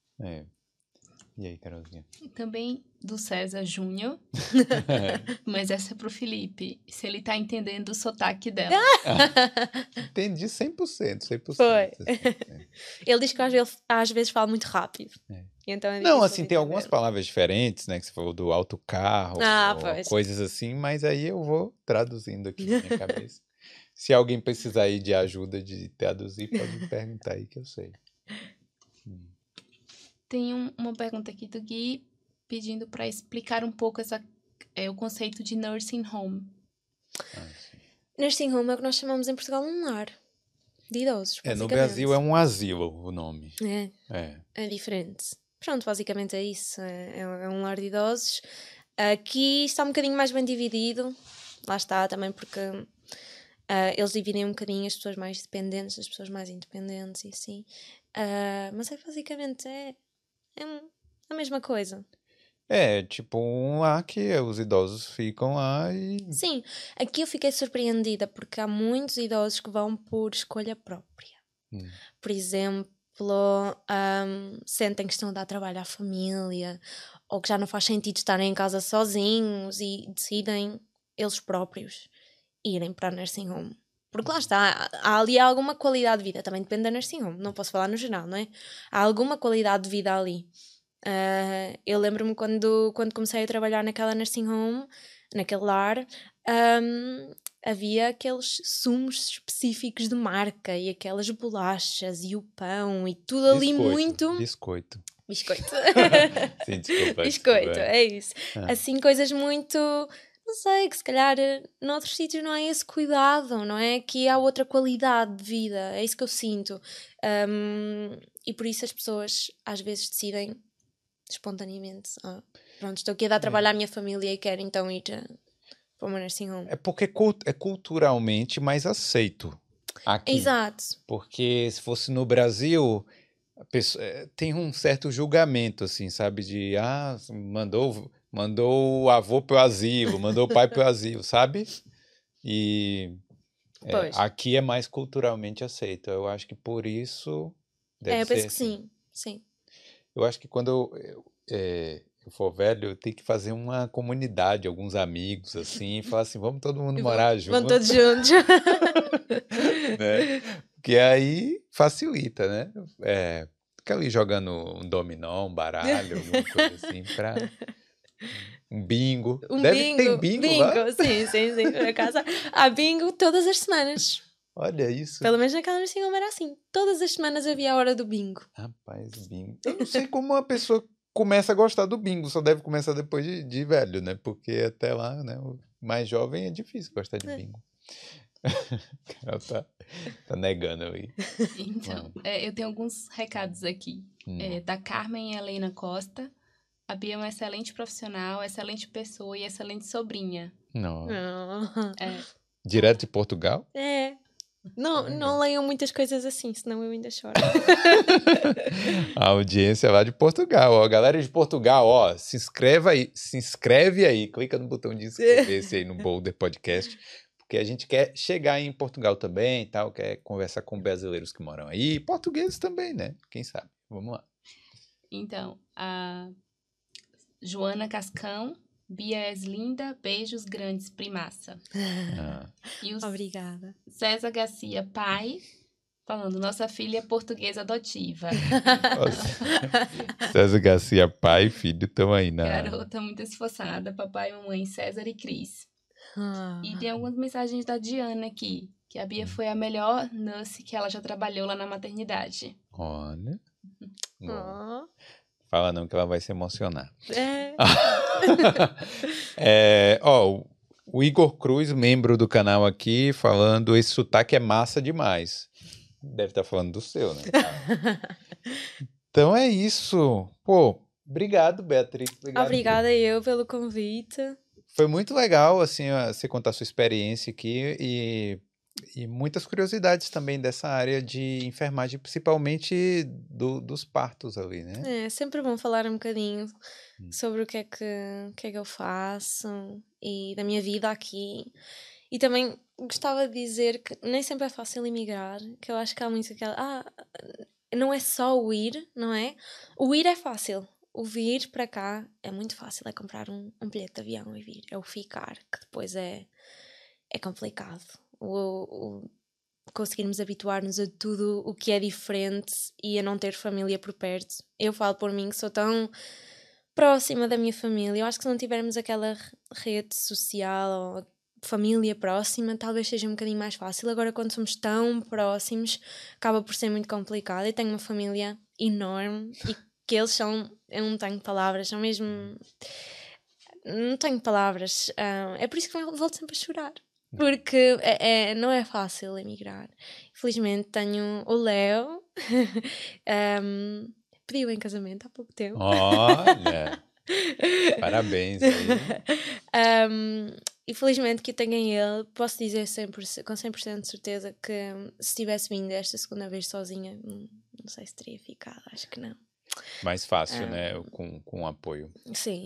E aí, Carolzinha? Também do César Júnior. Mas essa é pro Felipe. Se ele tá entendendo o sotaque dela. Entendi 100%. Foi. Ele diz que às vezes fala muito rápido. Então não, assim, tem algumas palavras diferentes, né? Que você falou do autocarro, coisas assim, mas aí eu vou traduzindo aqui na minha cabeça. Se alguém precisar aí de ajuda de traduzir, pode me perguntar aí que eu sei. Tem uma pergunta aqui do Gui pedindo para explicar um pouco é o conceito de nursing home. Nursing home é o que nós chamamos em Portugal um lar de idosos, No Brasil é um asilo o nome. É diferente. Pronto, basicamente é isso. É um lar de idosos. Aqui está um bocadinho mais bem dividido. Lá está também porque eles dividem um bocadinho as pessoas mais dependentes das pessoas mais independentes e assim. Mas basicamente é a mesma coisa. Tipo um lar que os idosos ficam lá e... Sim, aqui eu fiquei surpreendida porque há muitos idosos que vão por escolha própria. Por exemplo, sentem que estão a dar trabalho à família ou que já não faz sentido estarem em casa sozinhos e decidem eles próprios irem para a nursing home. Porque lá está, há ali alguma qualidade de vida, também depende da nursing home, não posso falar no geral, não é? Há alguma qualidade de vida ali. Eu lembro-me quando comecei a trabalhar naquela nursing home, naquele lar, havia aqueles sumos específicos de marca e aquelas bolachas e o pão e tudo ali muito... Biscoito. Sim, desculpa. Biscoito, é isso. Assim, coisas muito... Não sei, que se calhar noutros sítios não é esse cuidado, não é? Que há outra qualidade de vida, é isso que eu sinto. E por isso as pessoas às vezes decidem espontaneamente, pronto, estou aqui a dar trabalho à minha família e quero então ir para uma nursing home. É porque é culturalmente mais aceito aqui. Exato. Porque se fosse no Brasil, a pessoa, tem um certo julgamento, assim, sabe? De, mandou o avô pro asilo, mandou o pai pro asilo, sabe? E aqui é mais culturalmente aceito. Eu acho que por isso deve ser. Eu penso que assim. sim. Eu acho que quando eu for velho, eu tenho que fazer uma comunidade, alguns amigos, assim, e falar assim, vamos todo mundo morar junto. Vamos todos juntos. Né? Porque aí facilita, né? Fica ali jogando um dominó, um baralho, alguma coisa assim, pra... Um bingo. Ter bingo lá? Sim. Por acaso, há bingo todas as semanas. Olha isso. Pelo menos naquela nursing home era assim. Todas as semanas havia a hora do bingo. Rapaz, bingo. Eu não sei como uma pessoa começa a gostar do bingo. Só deve começar depois de velho, né? Porque até lá, né? O mais jovem é difícil gostar de bingo. Ela tá negando aí. Então, eu tenho alguns recados aqui. Da Carmen Helena Costa. A Bia é uma excelente profissional, excelente pessoa e excelente sobrinha. Não. Direto de Portugal? Não leiam muitas coisas assim, senão eu ainda choro. A audiência lá de Portugal, ó. Galera de Portugal, ó, se inscreve aí, clica no botão de inscrever-se aí no Boulder Podcast, porque a gente quer chegar em Portugal também e tal, quer conversar com brasileiros que moram aí, portugueses também, né? Quem sabe? Vamos lá. Então, a Joana Cascão, Bia és linda, beijos grandes, primaça. E Obrigada. César Garcia, pai, falando, nossa filha é portuguesa adotiva. César Garcia, pai e filho, estão aí na... Garota muito esforçada, papai, mamãe, César e Cris. E tem algumas mensagens da Diana aqui, que a Bia foi a melhor nurse que ela já trabalhou lá na maternidade. Olha. Fala não que ela vai se emocionar. O Igor Cruz, membro do canal aqui, falando, esse sotaque é massa demais. Deve estar falando do seu, né? Então é isso. Pô, obrigado, Beatriz. Obrigada eu pelo convite. Foi muito legal, assim, você contar a sua experiência aqui e muitas curiosidades também dessa área de enfermagem, principalmente dos partos ali, né? É sempre bom falar um bocadinho sobre o que é que eu faço e da minha vida aqui. E também gostava de dizer que nem sempre é fácil emigrar, que eu acho que há muito aquela... não é só o ir, não é? O ir é fácil. O vir para cá é muito fácil, é comprar um bilhete de avião e vir. É o ficar, que depois é complicado. Conseguirmos habituar-nos a tudo o que é diferente e a não ter família por perto. Eu falo por mim que sou tão próxima da minha família. Eu acho que se não tivermos aquela rede social ou família próxima, talvez seja um bocadinho mais fácil. Agora, quando somos tão próximos, acaba por ser muito complicado. Eu tenho uma família enorme e que eles são... Eu não tenho palavras, são mesmo... não tenho palavras. É por isso que eu volto sempre a chorar. Porque não é fácil emigrar. Infelizmente tenho o Léo, pediu em casamento há pouco tempo. Olha, parabéns aí. Infelizmente que eu tenho em ele, posso dizer 100%, com 100% de certeza que se tivesse vindo esta segunda vez sozinha, não sei se teria ficado, acho que não. Mais fácil, né? Com apoio. Sim.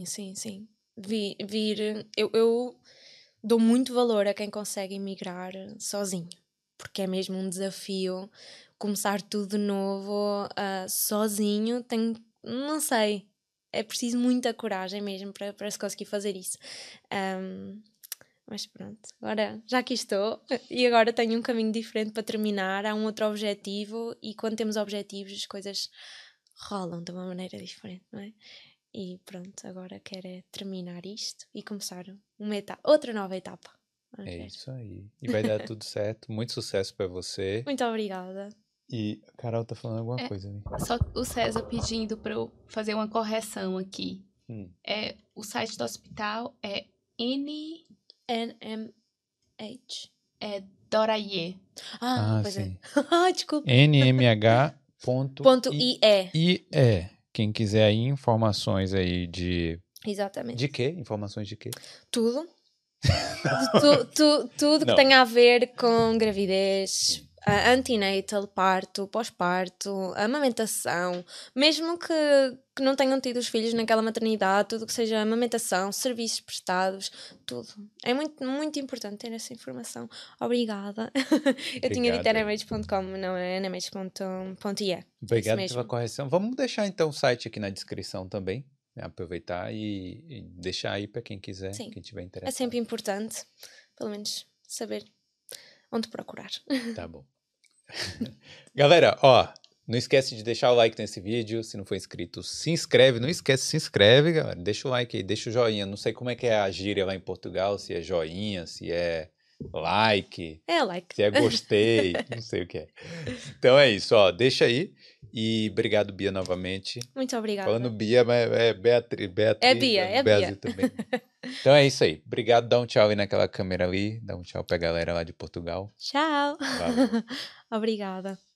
Eu dou muito valor a quem consegue emigrar sozinho, porque é mesmo um desafio começar tudo de novo sozinho. Não sei, é preciso muita coragem mesmo para se conseguir fazer isso. Mas pronto, agora já aqui estou e agora tenho um caminho diferente para terminar. Há um outro objetivo e quando temos objetivos as coisas rolam de uma maneira diferente, não é? E pronto, agora quero terminar isto e começar outra nova etapa. É isso aí. E vai dar tudo certo. Muito sucesso para você. Muito obrigada. E a Carol tá falando alguma coisa, né? Só o César pedindo para eu fazer uma correção aqui. O site do hospital é NMH. É Doraye. Pois sim. É. Desculpa. NMH.ie. Quem quiser aí informações aí de... Exatamente. De quê? Informações de quê? Tudo. Tudo que tenha a ver com gravidez, antenatal, parto, pós-parto, amamentação, mesmo que não tenham tido os filhos naquela maternidade, tudo que seja amamentação, serviços prestados, tudo. É muito, muito importante ter essa informação. Obrigada. Eu tinha dito nmh.com, não é nmh.ie. Obrigado pela correção. Vamos deixar então o site aqui na descrição também. Aproveitar e deixar aí para quem quiser, Sim. quem tiver interessado. É sempre importante, pelo menos, saber onde procurar. Tá bom. Galera, não esquece de deixar o like nesse vídeo. Se não for inscrito, se inscreve. Não esquece, se inscreve, galera. Deixa o like aí, deixa o joinha. Não sei como é que é a gíria lá em Portugal, se é joinha, se é like. É like. Se é gostei, não sei o que é. Então é isso, deixa aí. E obrigado, Bia, novamente. Muito obrigada. Falando Bia, mas é Beatriz. É Bia. Também. Então é isso aí. Obrigado, dá um tchau aí naquela câmera ali. Dá um tchau pra galera lá de Portugal. Tchau. Valeu. Obrigada.